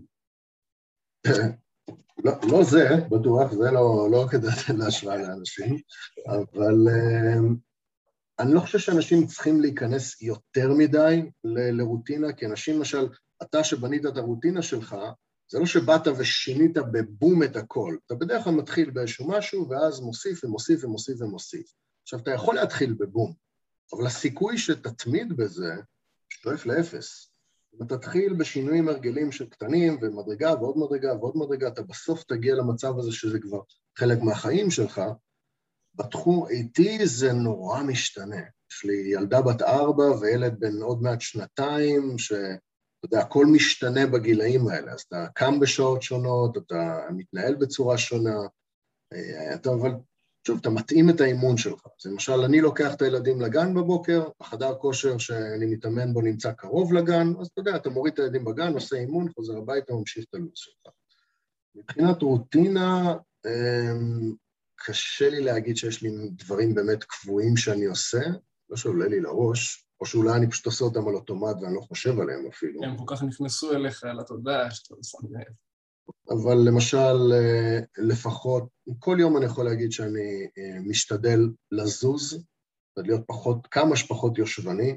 לא זה, בטוח, זה לא כדי לתת להשראה לאנשים, אבל אני לא חושב שאנשים צריכים להיכנס יותר מדי לרוטינה, כי אנשים, למשל, אתה שבנית את הרוטינה שלך, זה לא שבאת ושינית בבום את הכל. אתה בדרך כלל מתחיל באיזשהו משהו, ואז מוסיף ומוסיף ומוסיף ומוסיף. עכשיו, אתה יכול להתחיל בבום, אבל הסיכוי שתתמיד בזה, שואף לאפס. אם אתה תתחיל בשינויים הרגלים של קטנים, ומדרגה ועוד מדרגה ועוד מדרגה, אתה בסוף תגיע למצב הזה שזה כבר חלק מהחיים שלך. בתחום איתי זה נורא משתנה. יש לי ילדה בת 4 וילד בן עוד מעט 2, אתה יודע, הכל משתנה בגילאים האלה, אז אתה קם בשעות שונות, אתה מתנהל בצורה שונה, אבל שוב, אתה מתאים את האימון שלך. אז למשל, אני לוקח את הילדים לגן בבוקר, החדר כושר שאני מתאמן בו נמצא קרוב לגן, אז אתה יודע, אתה מוריד את הילדים בגן, עושה אימון, חוזר הביתה, ממשיך את הלו"ז שלך. מבחינת רוטינה, קשה לי להגיד שיש לי דברים באמת קבועים שאני עושה, לא שעולה לי לראש, או שאולי אני פשוט עושה אותם על אוטומט ואני לא חושב עליהם אפילו. הם כל כך נכנסו אליך, לתודעה, שאתה שם לב. אבל למשל, לפחות, כל יום אני יכול להגיד שאני משתדל לזוז, ולהיות כמה שפחות יושבני.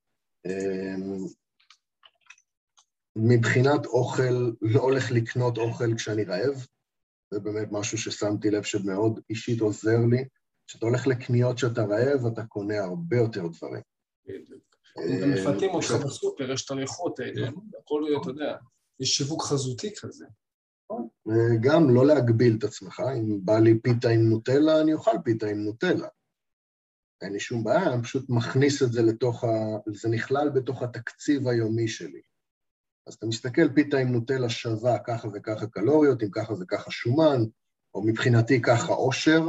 מבחינת אוכל, לא הולך לקנות אוכל כשאני רעב, זה באמת משהו ששמתי לב שמאוד אישית עוזר לי. כשאתה הולך לקניות שאתה רעב, אתה קונה הרבה יותר דברים. גם מפתים אותך בסופר, יש את הריחות האלה, הכל, אתה יודע, יש שיווק חזותי כזה. וגם לא להגביל את עצמך, אם בא לי פיתה עם נוטלה, אני אוכל פיתה עם נוטלה. אין לי שום בעיה, אני פשוט מכניס את זה זה נכלל בתוך התקציב היומי שלי. אז אתה מסתכל, פיתה עם נוטלה שווה ככה וככה קלוריות, עם ככה וככה שומן, או מבחינתי ככה עושר,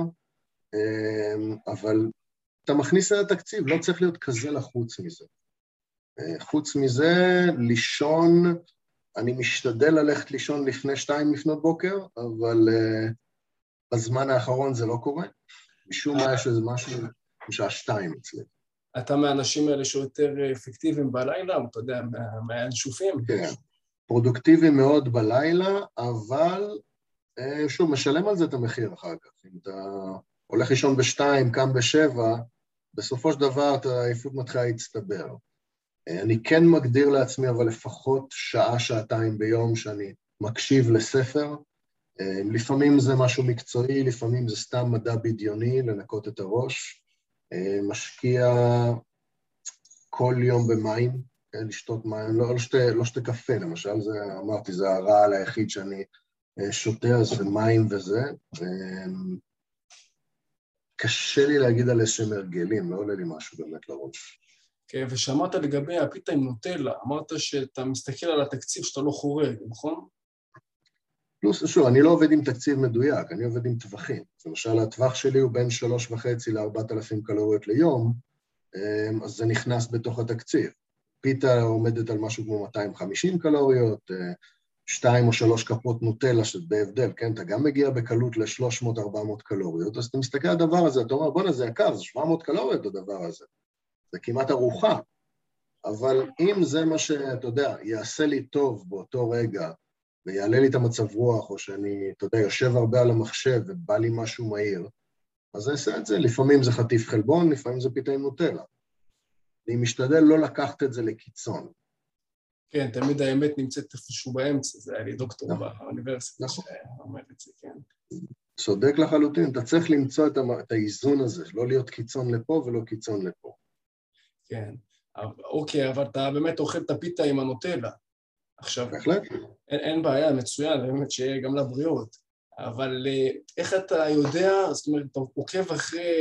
אבל אתה מכניס את התקציב, לא צריך להיות כזה לחוץ מזה. חוץ מזה, לישון, אני משתדל ללכת לישון לפני 2 לפנות בוקר, אבל בזמן האחרון זה לא קורה. משום מה יש איזה משהו בשעה 2 אצלי. אתה מהאנשים האלה שיותר אפקטיביים בלילה, או אתה יודע, מהאנשופים? כן, פרודוקטיבי מאוד בלילה, אבל שוב, משלם על זה את המחיר אחר כך. אם אתה הולך לישון ב2, קם ב7, בסופו של דבר העייפות מתחילה להצטבר. אני כן מגדיר לעצמי, אבל לפחות שעה, שעתיים ביום שאני מקשיב לספר. לפעמים זה משהו מקצועי, לפעמים זה סתם מדע בדיוני, לנקות את הראש. משקיע כל יום במים, לשתות מים, לא שתה קפה, למשל, זה, אמרתי, זה הרעל היחיד שאני שותה, אז זה מים וזה. קשה לי להגיד על איזשהם הרגלים, לא עולה לי משהו באמת לראש. כן, ושמעת לגבי הפיתה עם נוטלה, אמרת שאתה מסתכל על התקציב שאתה לא חורג, נכון? פלוס, שוב, אני לא עובד עם תקציב מדויק, אני עובד עם טווחים. למשל, הטווח שלי הוא בין 3.5 ל-4,000 קלוריות ליום, אז זה נכנס בתוך התקציב. פיתה עומדת על משהו כמו 250 קלוריות, 2 או 3 כפות נוטלה, שזה בהבדל, כן? אתה גם מגיע בקלות ל-300-400 קלוריות, אז אתה מסתכל על הדבר הזה, אתה אומר, בוא'נה, זה יקר, זה 700 קלוריות הדבר הזה. זה כמעט ארוחה. אבל אם זה מה שאתה יודע, יעשה לי טוב באותו רגע, ויעלה לי את המצב רוח, או שאני, אתה יודע, יושב הרבה על המחשב ובא לי משהו מהיר, אז אני אעשה את זה. לפעמים זה חטיף חלבון, לפעמים זה פיתה עם נוטלה. אני משתדל לא לקחת את זה לקיצון. כן, תמיד האמת נמצאת איפשהו באמצע, זה היה לי דוקטור באוניברסיטה שאומר את זה, כן. צודק לחלוטין, אתה צריך למצוא את האיזון הזה, לא להיות קיצון לפה ולא קיצון לפה. כן, אוקיי, אבל אתה באמת אוכל את הפיתה עם הנוטלה. עכשיו, בהחלט. אין בעיה, מצוין, באמת שיהיה גם לבריאות, אבל איך אתה יודע, זאת אומרת, אתה עוקב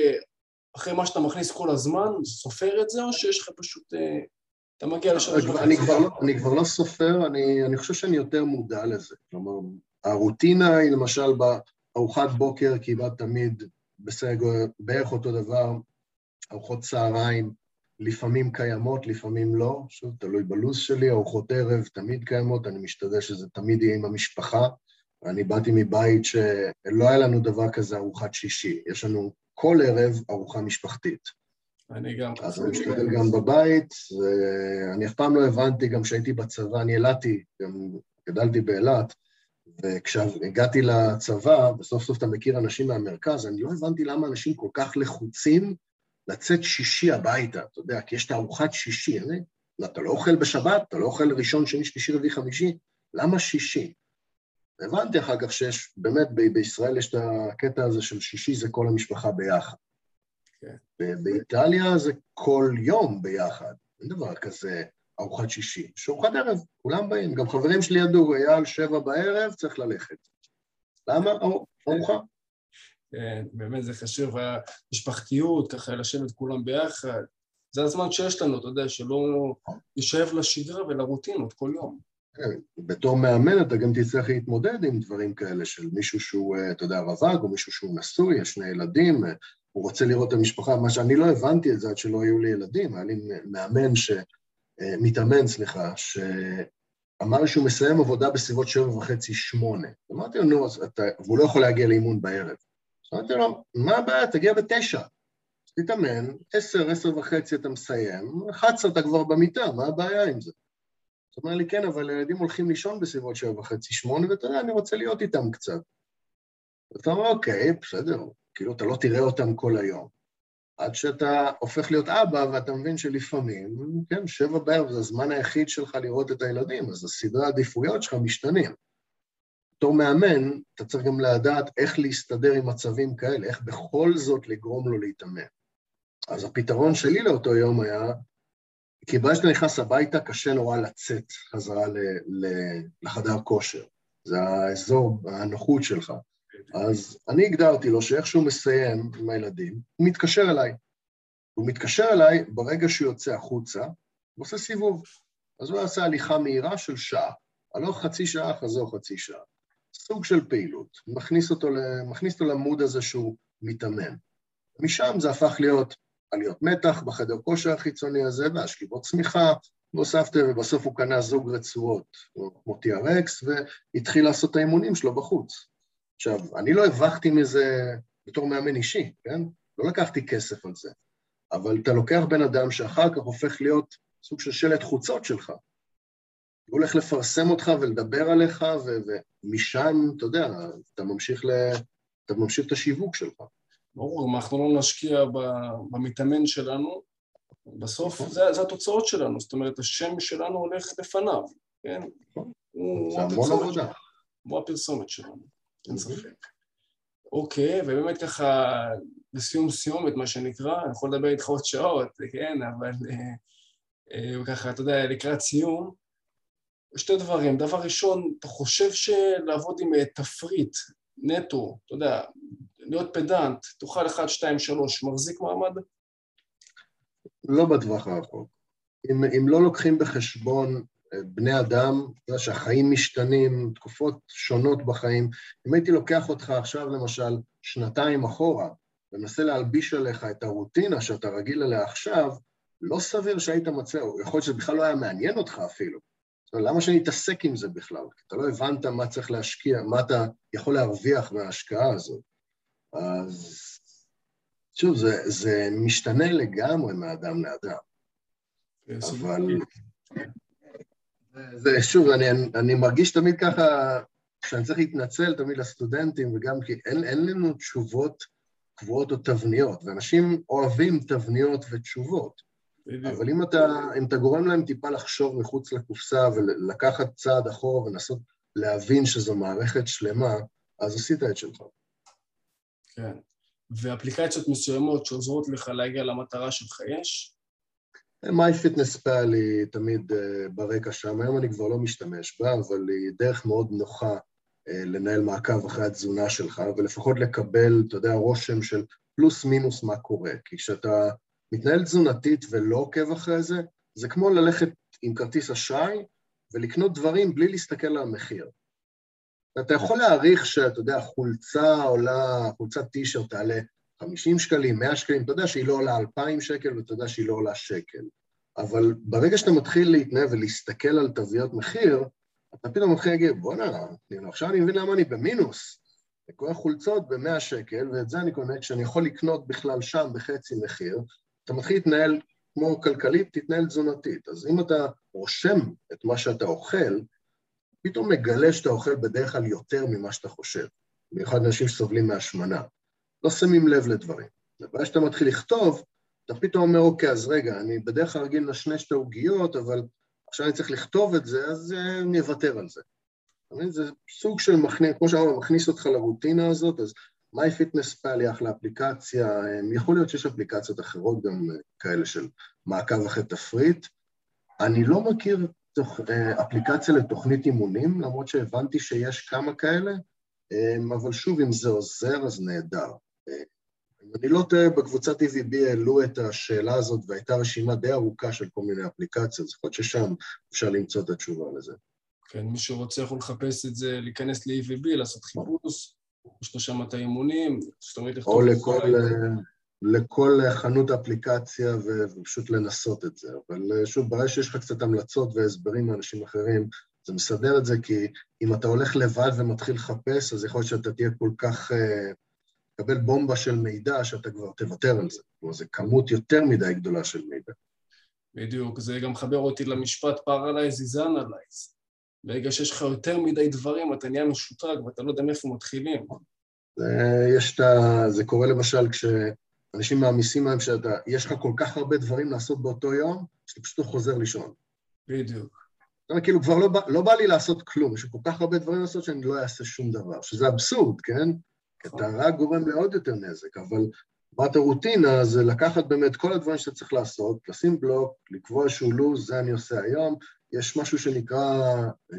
אחרי מה שאתה מכניס כל הזמן, סופר את זה, או שיש לך פשוט, אתה מגיע לשלוש וחצי? אני כבר לא סופר, אני חושב שאני יותר מודע לזה. כלומר, הרוטינה היא למשל בארוחת בוקר כמעט תמיד בסדר, בערך אותו דבר, ארוחות צהריים לפעמים קיימות, לפעמים לא, שוב, תלוי בלו"ז שלי, ארוחות ערב תמיד קיימות, אני משתדל שזה תמיד יהיה עם המשפחה, אני באתי מבית שלא היה לנו דבר כזה ארוחת שישי, יש לנו כל ערב ארוחה משפחתית. אני גם. אז אני משתדל גם בבית, ואני אף פעם לא הבנתי, גם כשהייתי בצבא, אני ילדתי, גם גדלתי באילת, וכשהגעתי לצבא, בסוף סוף אתה מכיר אנשים מהמרכז, אני לא הבנתי למה אנשים כל כך לחוצים לצאת שישי הביתה, אתה יודע, כי יש את הארוחת שישי, אתה לא אוכל בשבת, אתה לא אוכל ראשון, שני, שלישי, רביעי, חמישי, למה שישי? הבנתי אחר כך שיש, באמת בישראל יש את הקטע הזה של שישי, זה כל המשפחה ביחד. באיטליה זה כל יום ביחד, אין דבר כזה ארוחת שישי, שארוחת ערב, כולם באים, גם חברים שלי ידעו, אייל 7 בערב, צריך ללכת. למה? ארוחה. כן, באמת זה חשוב, המשפחתיות, ככה לשבת כולם ביחד, זה הזמן שיש לנו, אתה יודע, שלא יישאב לשגרה ולרוטינות כל יום. בתור מאמן אתה גם תצטרך להתמודד עם דברים כאלה של מישהו שהוא, אתה יודע, רווק, או מישהו שהוא נשוי, יש 2 ילדים, הוא רוצה לראות את המשפחה, מה שאני לא הבנתי את זה עד שלא היו לי ילדים, היה לי מאמן מתאמן, שאמר שהוא מסיים עבודה בסביבות 7:30-8. אמרתי לו, נו, והוא לא יכול להגיע לאימון בערב. אמרתי לו, מה הבעיה? תגיע ב9. תתאמן, 10:30 אתה מסיים, 11 אתה כבר במיטה, מה הבעיה עם זה? זאת אומרת לי, כן, אבל ילדים הולכים לישון בסביבות 7:30-8, ואתה יודע, אני רוצה להיות איתם קצת. ואתה אומר, אוקיי, בסדר, כאילו אתה לא תראה אותם כל היום. עד שאתה הופך להיות אבא, ואתה מבין שלפעמים, כן, 7 בערב זה הזמן היחיד שלך לראות את הילדים, אז הסדרי העדיפויות שלך משתנים. בתור מאמן, אתה צריך גם לדעת איך להסתדר עם מצבים כאלה, איך בכל זאת לגרום לו להתאמן. אז הפתרון שלי לאותו יום היה, כי ברגע שאתה נכנס הביתה, קשה נורא לצאת חזרה לחדר כושר. זה האזור, הנוחות שלך. אז אני הגדרתי לו שאיכשהו מסיים עם הילדים, הוא מתקשר אליי. הוא מתקשר אליי ברגע שהוא יוצא החוצה, הוא עושה סיבוב. אז הוא עושה הליכה מהירה של שעה. הלוך חצי שעה, חזור חצי שעה. סוג של פעילות. מכניס אותו למוד הזה שהוא מתאמן. משם זה הפך להיות עליות מתח בחדר כושר החיצוני הזה, והשכיבות צמיחה, והוספתם, ובסוף הוא קנה זוג רצועות, כמו TRX, והתחיל לעשות את האימונים שלו בחוץ. עכשיו, אני לא הבחתי מזה בתור מאמן אישי, כן? לא לקחתי כסף על זה, אבל אתה לוקח בן אדם שאחר כך הופך להיות סוג של שלט חוצות שלך. הוא הולך לפרסם אותך ולדבר עליך, ומשם, אתה יודע, אתה ממשיך את השיווק שלך. ברור, אנחנו לא נשקיע במתאמן שלנו, בסוף זה התוצאות שלנו, זאת אומרת, השם שלנו הולך לפניו, כן? זה המון עבודה. הוא הפרסומת שלנו, אין ספק. אוקיי, ובאמת ככה, בסיום סיומת, מה שנקרא, אני יכול לדבר איתך עוד שעות, כן, אבל ככה, אתה יודע, לקראת סיום, שתי דברים. דבר ראשון, אתה חושב שלעבוד עם תפריט נטו, אתה יודע, להיות פדנט, תאכל 1, 2, 3, מחזיק מעמד? לא בטווח הרחוק. אם לא לוקחים בחשבון בני אדם, אתה יודע שהחיים משתנים, תקופות שונות בחיים, אם הייתי לוקח אותך עכשיו למשל 2 אחורה, ומנסה להלביש עליך את הרוטינה שאתה רגיל אליה עכשיו, לא סביר שהיית מצא, יכול להיות שזה בכלל לא היה מעניין אותך אפילו. זאת אומרת, למה שאני אתעסק עם זה בכלל? כי אתה לא הבנת מה צריך להשקיע, מה אתה יכול להרוויח מההשקעה הזאת. אז שוב, זה משתנה לגמרי מאדם לאדם. אבל שוב, אני מרגיש תמיד ככה, שאני צריך להתנצל תמיד לסטודנטים, וגם כי אין לנו תשובות קבועות או תבניות, ואנשים אוהבים תבניות ותשובות. אבל אם אתה גורם להם טיפה לחשוב מחוץ לקופסה, ולקחת צעד אחורה ולנסות להבין שזו מערכת שלמה, אז עשית את שלך. כן. ואפליקציות מסוימות שעוזרות לך להגיע למטרה שלך יש? MyFitnessPal היא תמיד ברקע שם, היום אני כבר לא משתמש בה, אבל היא דרך מאוד נוחה לנהל מעקב אחרי התזונה שלך, ולפחות לקבל, אתה יודע, רושם של פלוס מינוס מה קורה, כי כשאתה מתנהל תזונתית ולא עוקב אחרי זה, זה כמו ללכת עם כרטיס אשראי ולקנות דברים בלי להסתכל על המחיר. אתה יכול להעריך שאתה יודע, חולצת טישרט תעלה 50 שקלים, 100 שקלים, אתה יודע שהיא לא עולה 2,000 שקל ואתה יודע שהיא לא עולה שקל. אבל ברגע שאתה מתחיל להתנהל ולהסתכל על תוויות מחיר, אתה פתאום מתחיל להגיד, בוא'נה, עכשיו אני מבין למה אני במינוס. אני קונה חולצות ב100 שקל, ואת זה אני קונה כשאני יכול לקנות בכלל שם בחצי מחיר, אתה מתחיל להתנהל כמו כלכלית, תתנהל תזונתית. אז אם אתה רושם את מה שאתה אוכל, פתאום מגלה שאתה אוכל בדרך כלל יותר ממה שאתה חושב. במיוחד אנשים שסובלים מהשמנה. לא שמים לב לדברים. וברגע שאתה מתחיל לכתוב, אתה פתאום אומר, אוקיי, אז רגע, אני בדרך כלל רגיל לשני שתי עוגיות, אבל עכשיו אני צריך לכתוב את זה, אז אני אוותר על זה. זה סוג של כמו שאמרנו, מכניס אותך לרוטינה הזאת, אז MyFitnessPal היא אחלה אפליקציה, יכול להיות שיש אפליקציות אחרות גם כאלה של מעקב אחרי תפריט. אני לא מכיר אפליקציה לתוכנית אימונים, למרות שהבנתי שיש כמה כאלה, אבל שוב, אם זה עוזר, אז נהדר. אם אני לא טועה, בקבוצת EVB העלו את השאלה הזאת, והייתה רשימה די ארוכה של כל מיני אפליקציות, זאת אומרת ששם אפשר למצוא את התשובה לזה. כן, מי שרוצה יכול לחפש את זה, להיכנס ל-EVB, לעשות חיפוש, יש לו שם את האימונים, זאת אומרת, או לכל חנות אפליקציה ופשוט לנסות את זה. אבל שוב, ברגע שיש לך קצת המלצות והסברים מאנשים אחרים, זה מסדר את זה, כי אם אתה הולך לבד ומתחיל לחפש, אז יכול להיות שאתה תהיה כל כך, תקבל בומבה של מידע שאתה כבר תוותר על זה. כלומר, זה כמות יותר מדי גדולה של מידע. בדיוק, זה גם חבר אותי למשפט paralyze is analyze. ברגע שיש לך יותר מדי דברים, אתה נהיה משותק ואתה לא יודע מאיפה מתחילים. זה קורה למשל כשאנשים מעמיסים מהם יש לך כל כך הרבה דברים לעשות באותו יום, שאתה פשוט חוזר לישון. בדיוק. כאילו כבר לא בא לי לעשות כלום, יש כל כך הרבה דברים לעשות שאני לא אעשה שום דבר, שזה אבסורד, כן? כי אתה רק גורם לעוד יותר נזק, אבל בת הרוטינה זה לקחת באמת כל הדברים שאתה צריך לעשות, לשים בלוק, לקבוע איזשהו לוז, זה אני עושה היום, יש משהו שנקרא,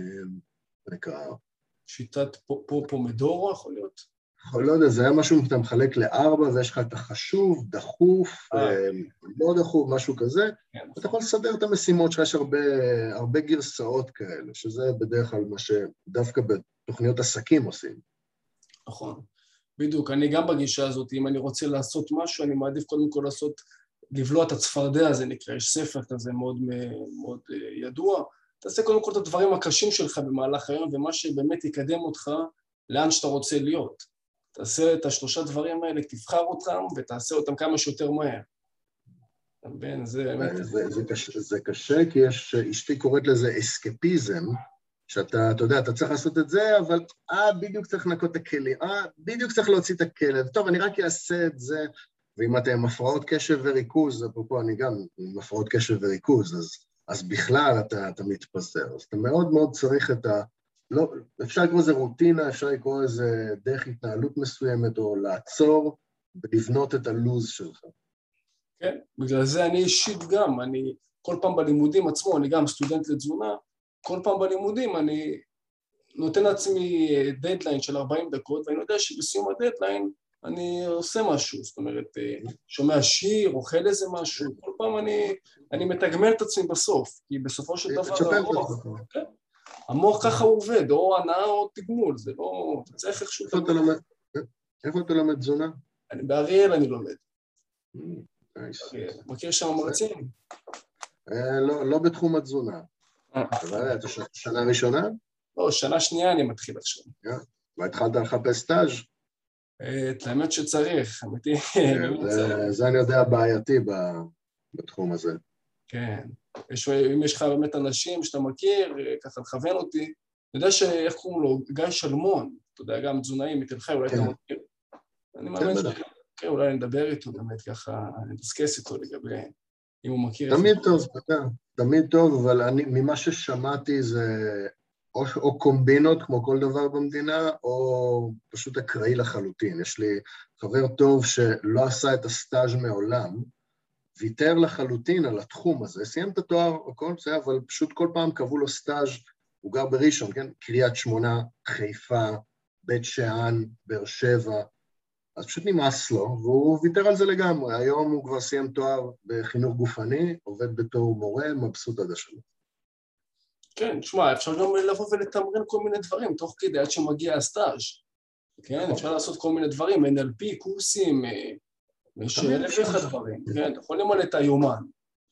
שיטת פומדורו, יכול להיות? לא יודע, זה היה משהו שאתה מחלק ל4, ויש לך את החשוב, דחוף, לא דחוף, משהו כזה, ואתה יכול לסדר את המשימות שיש הרבה גרסאות כאלה, שזה בדרך כלל מה שדווקא בתוכניות עסקים עושים. נכון. בדיוק, אני גם בגישה הזאת, אם אני רוצה לעשות משהו, אני מעדיף קודם כל לעשות לבלוע את הצפרדע, זה נקרא, יש ספר כזה מאוד, מאוד ידוע, תעשה קודם כל את הדברים הקשים שלך במהלך היום, ומה שבאמת יקדם אותך לאן שאתה רוצה להיות. תעשה את השלושה דברים האלה, תבחר אותם ותעשה אותם כמה שיותר מהר. זה באמת... זה קשה, כי אשתי קוראת לזה אסקפיזם, שאתה, אתה יודע, אתה צריך לעשות את זה, אבל בדיוק צריך לנקות את הכלים, בדיוק צריך להוציא את הכלב, טוב, אני רק אעשה את זה, ואם אתה עם הפרעות קשב וריכוז, אפרופו אני גם עם הפרעות קשב וריכוז, אז בכלל אתה מתפזר, אז אתה מאוד מאוד צריך את לא, אפשר לקרוא לזה רוטינה, אפשר לקרוא לזה דרך התנהלות מסוימת, או לעצור ולבנות את הלוז שלך. כן, בגלל זה אני אישית גם, אני כל פעם בלימודים עצמו, אני גם סטודנט לתזונה, כל פעם בלימודים אני נותן לעצמי דדליין של 40 דקות, ואני יודע שבסיום הדדליין אני עושה משהו, זאת אומרת, שומע שיר, אוכל איזה משהו, כל פעם אני מתגמל את עצמי בסוף, כי בסופו של דבר המוח ככה הוא עובד, או הנאה או תגמול, זה לא... צריך איכשהו... איפה אתה לומד תזונה? באריאל אני לומד. מכיר שם מרצים? לא בתחום התזונה. אתה שנה ראשונה? לא, שנה שנייה אני מתחיל עכשיו. והתחלת לחפש סטאז'? את האמת שצריך, אמיתי. זה אני יודע בעייתי בתחום הזה. כן. אם יש לך באמת אנשים שאתה מכיר, ככה לכוון אותי, אני יודע שאיך קוראים לו, גיא שלמון, אתה יודע, גם תזונאי מתל חי, אולי אתה מכיר. אני מאמין אולי נדבר איתו באמת ככה, נדסקס איתו לגבי אם הוא מכיר. תמיד טוב, אבל ממה ששמעתי זה או קומבינות כמו כל דבר במדינה, או פשוט אקראי לחלוטין. יש לי חבר טוב שלא עשה את הסטאז' מעולם, ויתר לחלוטין על התחום הזה, סיים את התואר, הכל זה, אבל פשוט כל פעם קבעו לו סטאז', הוא גר בראשון, כן? קריית שמונה, חיפה, בית שאן, באר שבע, אז פשוט נמאס לו, והוא ויתר על זה לגמרי. היום הוא כבר סיים תואר בחינוך גופני, עובד בתור מורה, מבסוט עד השלום. כן, תשמע, אפשר גם לבוא ולתמרן כל מיני דברים, תוך כדי עד שמגיע הסטאז'. כן, אפשר לעשות כל מיני דברים, NLP, קורסים, יש אלף ואחד דברים, כן, אתה יכול למלא את היומן.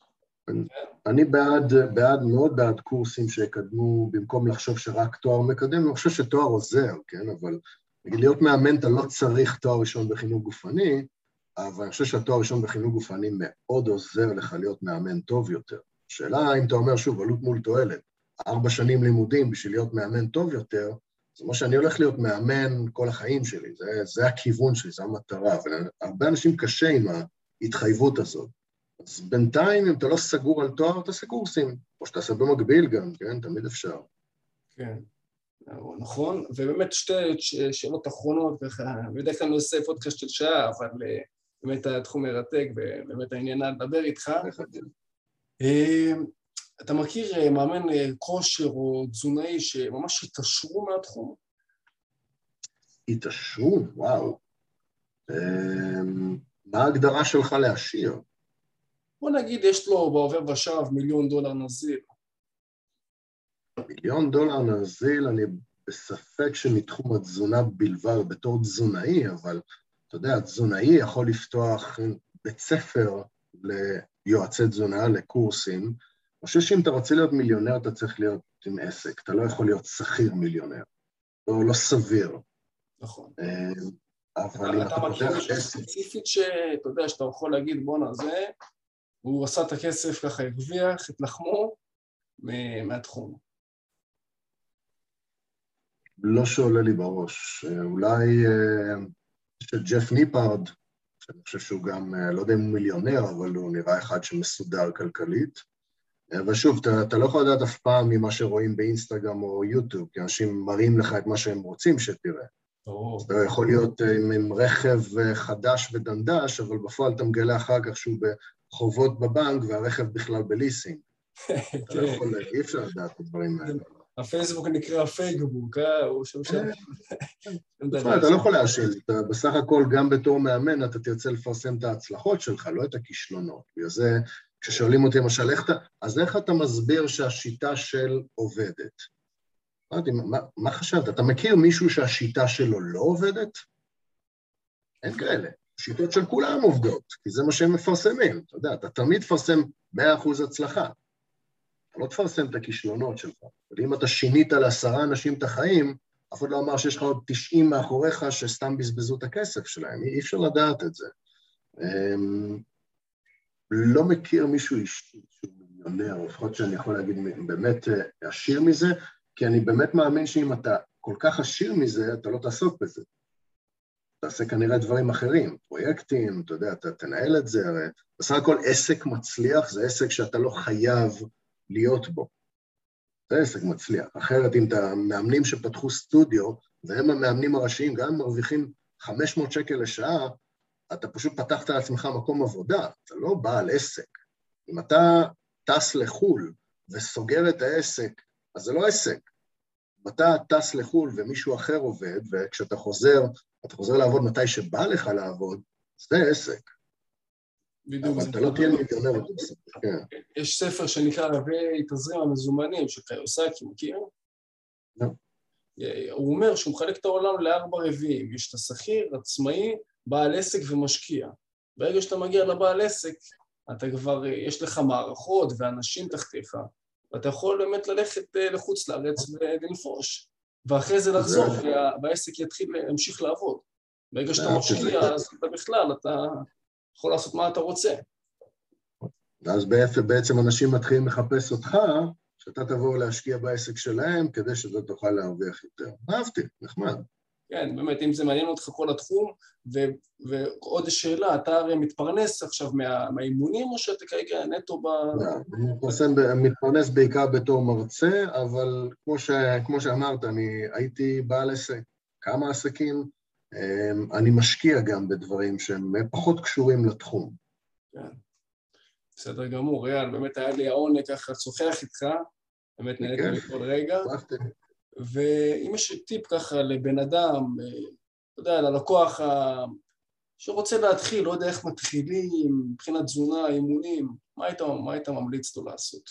אני מאוד בעד קורסים שיקדמו, במקום לחשוב שרק תואר מקדם, אני חושב שתואר עוזר, כן, אבל נגיד להיות מאמן, אתה לא צריך תואר ראשון בחינוך גופני, אבל אני חושב שהתואר ראשון בחינוך גופני מאוד עוזר לך להיות מאמן טוב יותר. השאלה, אם אתה אומר שוב, עלות מול תועלת, 4 שנים לימודים בשביל להיות מאמן טוב יותר, זאת אומרת שאני הולך להיות מאמן כל החיים שלי, זה הכיוון שלי, זה המטרה, אבל הרבה אנשים קשה עם ההתחייבות הזאת. אז בינתיים, אם אתה לא סגור על תואר, תעשה קורסים, או שתעשה במקביל גם, כן? תמיד אפשר. כן, נכון, ובאמת שתי שאלות אחרונות, ככה, בדרך כלל אני עושה פודקאסט של שעה, אבל באמת התחום מרתק, ובאמת העניין לדבר איתך. אתה מכיר מאמן כושר או תזונאי שממש התעשרו מהתחום? התעשרו? וואו. מה ההגדרה שלך להשאיר? בוא נגיד, יש לו בעובר ושב $1,000,000 נזיל. $1,000,000 נזיל, אני בספק שמתחום התזונה בלבד בתור תזונאי, אבל אתה יודע, תזונאי יכול לפתוח בית ספר ליועצי תזונה, לקורסים. אני חושב שאם אתה רוצה להיות מיליונר, אתה צריך להיות עם עסק, אתה לא יכול להיות שכיר מיליונר, לא סביר. נכון. אבל אם אתה מכיר משהו ספציפית שאתה יודע, שאתה יכול להגיד, בוא נעשה, הוא עשה את הכסף ככה, הרוויח את לחמו מהתחום. לא שעולה לי בראש. אולי שג'ף ניפארד, שאני חושב שהוא גם, לא יודע אם הוא מיליונר, אבל הוא נראה אחד שמסודר כלכלית. ושוב, אתה לא יכול לדעת אף פעם ממה שרואים באינסטגרם או יוטיוב, כי אנשים מראים לך את מה שהם רוצים שתראה. אתה יכול להיות עם רכב חדש ודנדש, אבל בפועל אתה מגלה אחר כך שהוא בחובות בבנק, והרכב בכלל בליסינג. אתה לא יכול, אי אפשר לדעת את הדברים האלה. הפייסבוק נקרא פייסבוק, הוא שם. אתה לא יכול להשאיר, בסך הכל גם בתור מאמן אתה תרצה לפרסם את ההצלחות שלך, לא את הכישלונות. בגלל זה, כששואלים אותי למשל, אז איך אתה מסביר שהשיטה של עובדת? אמרתי, מה חשבת? אתה מכיר מישהו שהשיטה שלו לא עובדת? אין כאלה. השיטות של כולם עובדות, כי זה מה שהם מפרסמים. אתה יודע, אתה תמיד תפרסם 100% הצלחה. אתה לא תפרסם את הכישלונות שלך. ואם אתה שינית ל10 אנשים את החיים, אף אחד לא אמר שיש לך עוד 90 מאחוריך שסתם בזבזו את הכסף שלהם. אי אפשר לדעת את זה. לא מכיר מישהו אישי שהוא מיליונר, לפחות שאני יכול להגיד באמת עשיר מזה, כי אני באמת מאמין שאם אתה כל כך עשיר מזה, אתה לא תעסוק בזה. תעשה כנראה דברים אחרים, פרויקטים, אתה יודע, אתה תנהל את זה, הרי בסך הכל עסק מצליח, זה עסק שאתה לא חייב להיות בו. זה עסק מצליח. אחרת אם אתה מאמנים שפתחו סטודיו, והם המאמנים הראשיים, גם אם מרוויחים 500 שקל לשעה, אתה פשוט פתחת לעצמך מקום עבודה, אתה לא בעל עסק. אם אתה טס לחול וסוגר את העסק, אז זה לא עסק. אם אתה טס לחול ומישהו אחר עובד, וכשאתה חוזר, אתה חוזר לעבוד מתי שבא לך לעבוד, זה עסק. אבל אתה לא תהיה מיליונר. יש ספר שנקרא רבי תזרים המזומנים, של קיוסקי, מכיר? לא. הוא אומר שהוא מחלק את העולם ל4 רבעים, יש את השכיר, עצמאי, בעל עסק ומשקיע. ברגע שאתה מגיע לבעל עסק, אתה כבר, יש לך מערכות ואנשים תחתיך, ואתה יכול באמת ללכת לחוץ לארץ ולנפוש, ואחרי זה לחזור, והעסק יתחיל להמשיך לעבוד. ברגע שאתה משקיע, אז אתה בכלל, אתה יכול לעשות מה אתה רוצה. ואז בעצם אנשים מתחילים לחפש אותך, שאתה תבוא להשקיע בעסק שלהם, כדי שאתה תוכל להרוויח יותר. אהבתי, נחמד. כן, באמת, אם זה מעניין אותך כל התחום, ועוד שאלה, אתה הרי מתפרנס עכשיו מהאימונים, או שאתה כרגע נטו אני מתפרנס בעיקר בתור מרצה, אבל כמו שאמרת, אני הייתי בעל עסק, כמה עסקים, אני משקיע גם בדברים שהם פחות קשורים לתחום. כן, בסדר גמור, ריאל, באמת היה לי העונג ככה לשוחח איתך, באמת נהניתי בכל רגע. ואם יש טיפ ככה לבן אדם, אתה יודע, ללקוח שרוצה להתחיל, לא יודע איך מתחילים, מבחינת תזונה, אימונים, מה היית ממליץ לו לעשות?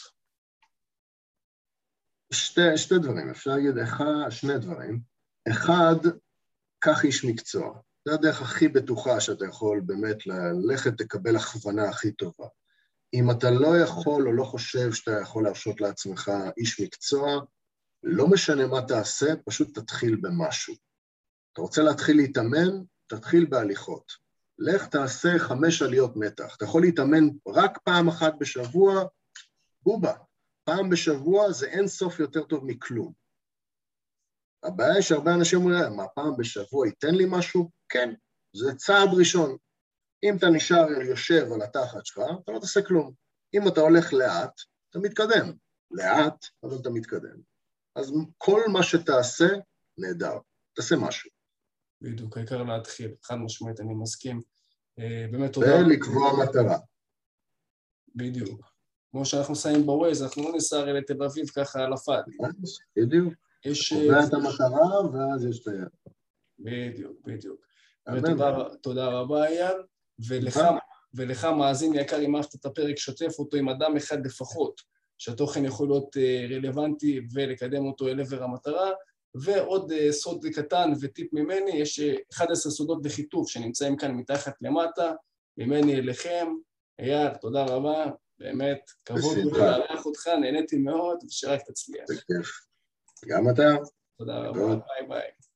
שתי דברים, אפשר להגיד שני דברים. אחד, קח איש מקצוע. זה הדרך הכי בטוחה שאתה יכול באמת ללכת לקבל הכוונה הכי טובה. אם אתה לא יכול או לא חושב שאתה יכול להרשות לעצמך איש מקצוע, לא משנה מה תעשה, פשוט תתחיל במשהו. אתה רוצה להתחיל להתאמן, תתחיל בהליכות. לך תעשה 5 עליות מתח. אתה יכול להתאמן רק פעם אחת בשבוע, בובה. פעם בשבוע זה אין סוף יותר טוב מכלום. הבעיה שהרבה אנשים אומרים, מה פעם בשבוע ייתן לי משהו? כן, זה צעד ראשון. אם אתה נשאר יושב על התחת שלך, אתה לא תעשה כלום. אם אתה הולך לאט, אתה מתקדם. לאט, אבל אתה מתקדם. אז כל מה שתעשה, נהדר. תעשה משהו. בדיוק, העיקר להתחיל. חד משמעית, אני מסכים. באמת תודה. ולקבוע מטרה. בדיוק. כמו שאנחנו שמים בווייז, אנחנו לא ניסע הרי לתל אביב ככה על הפאדי. בדיוק. קובע את המטרה, ואז יש את היד. בדיוק. תודה רבה, אייל. ולך מאזין יקר, אם אהבת את הפרק, שתף אותו עם אדם אחד לפחות, שהתוכן יכול להיות רלוונטי ולקדם אותו אל עבר המטרה, ועוד סוד קטן וטיפ ממני, יש 11 סודות לחיתוך שנמצאים כאן מתחת למטה, ממני אליכם. אייל, תודה רבה, באמת, כבוד גדול לארח אותך, נהניתי מאוד, ושרק תצליח. גם אתה. תודה רבה, ביי ביי.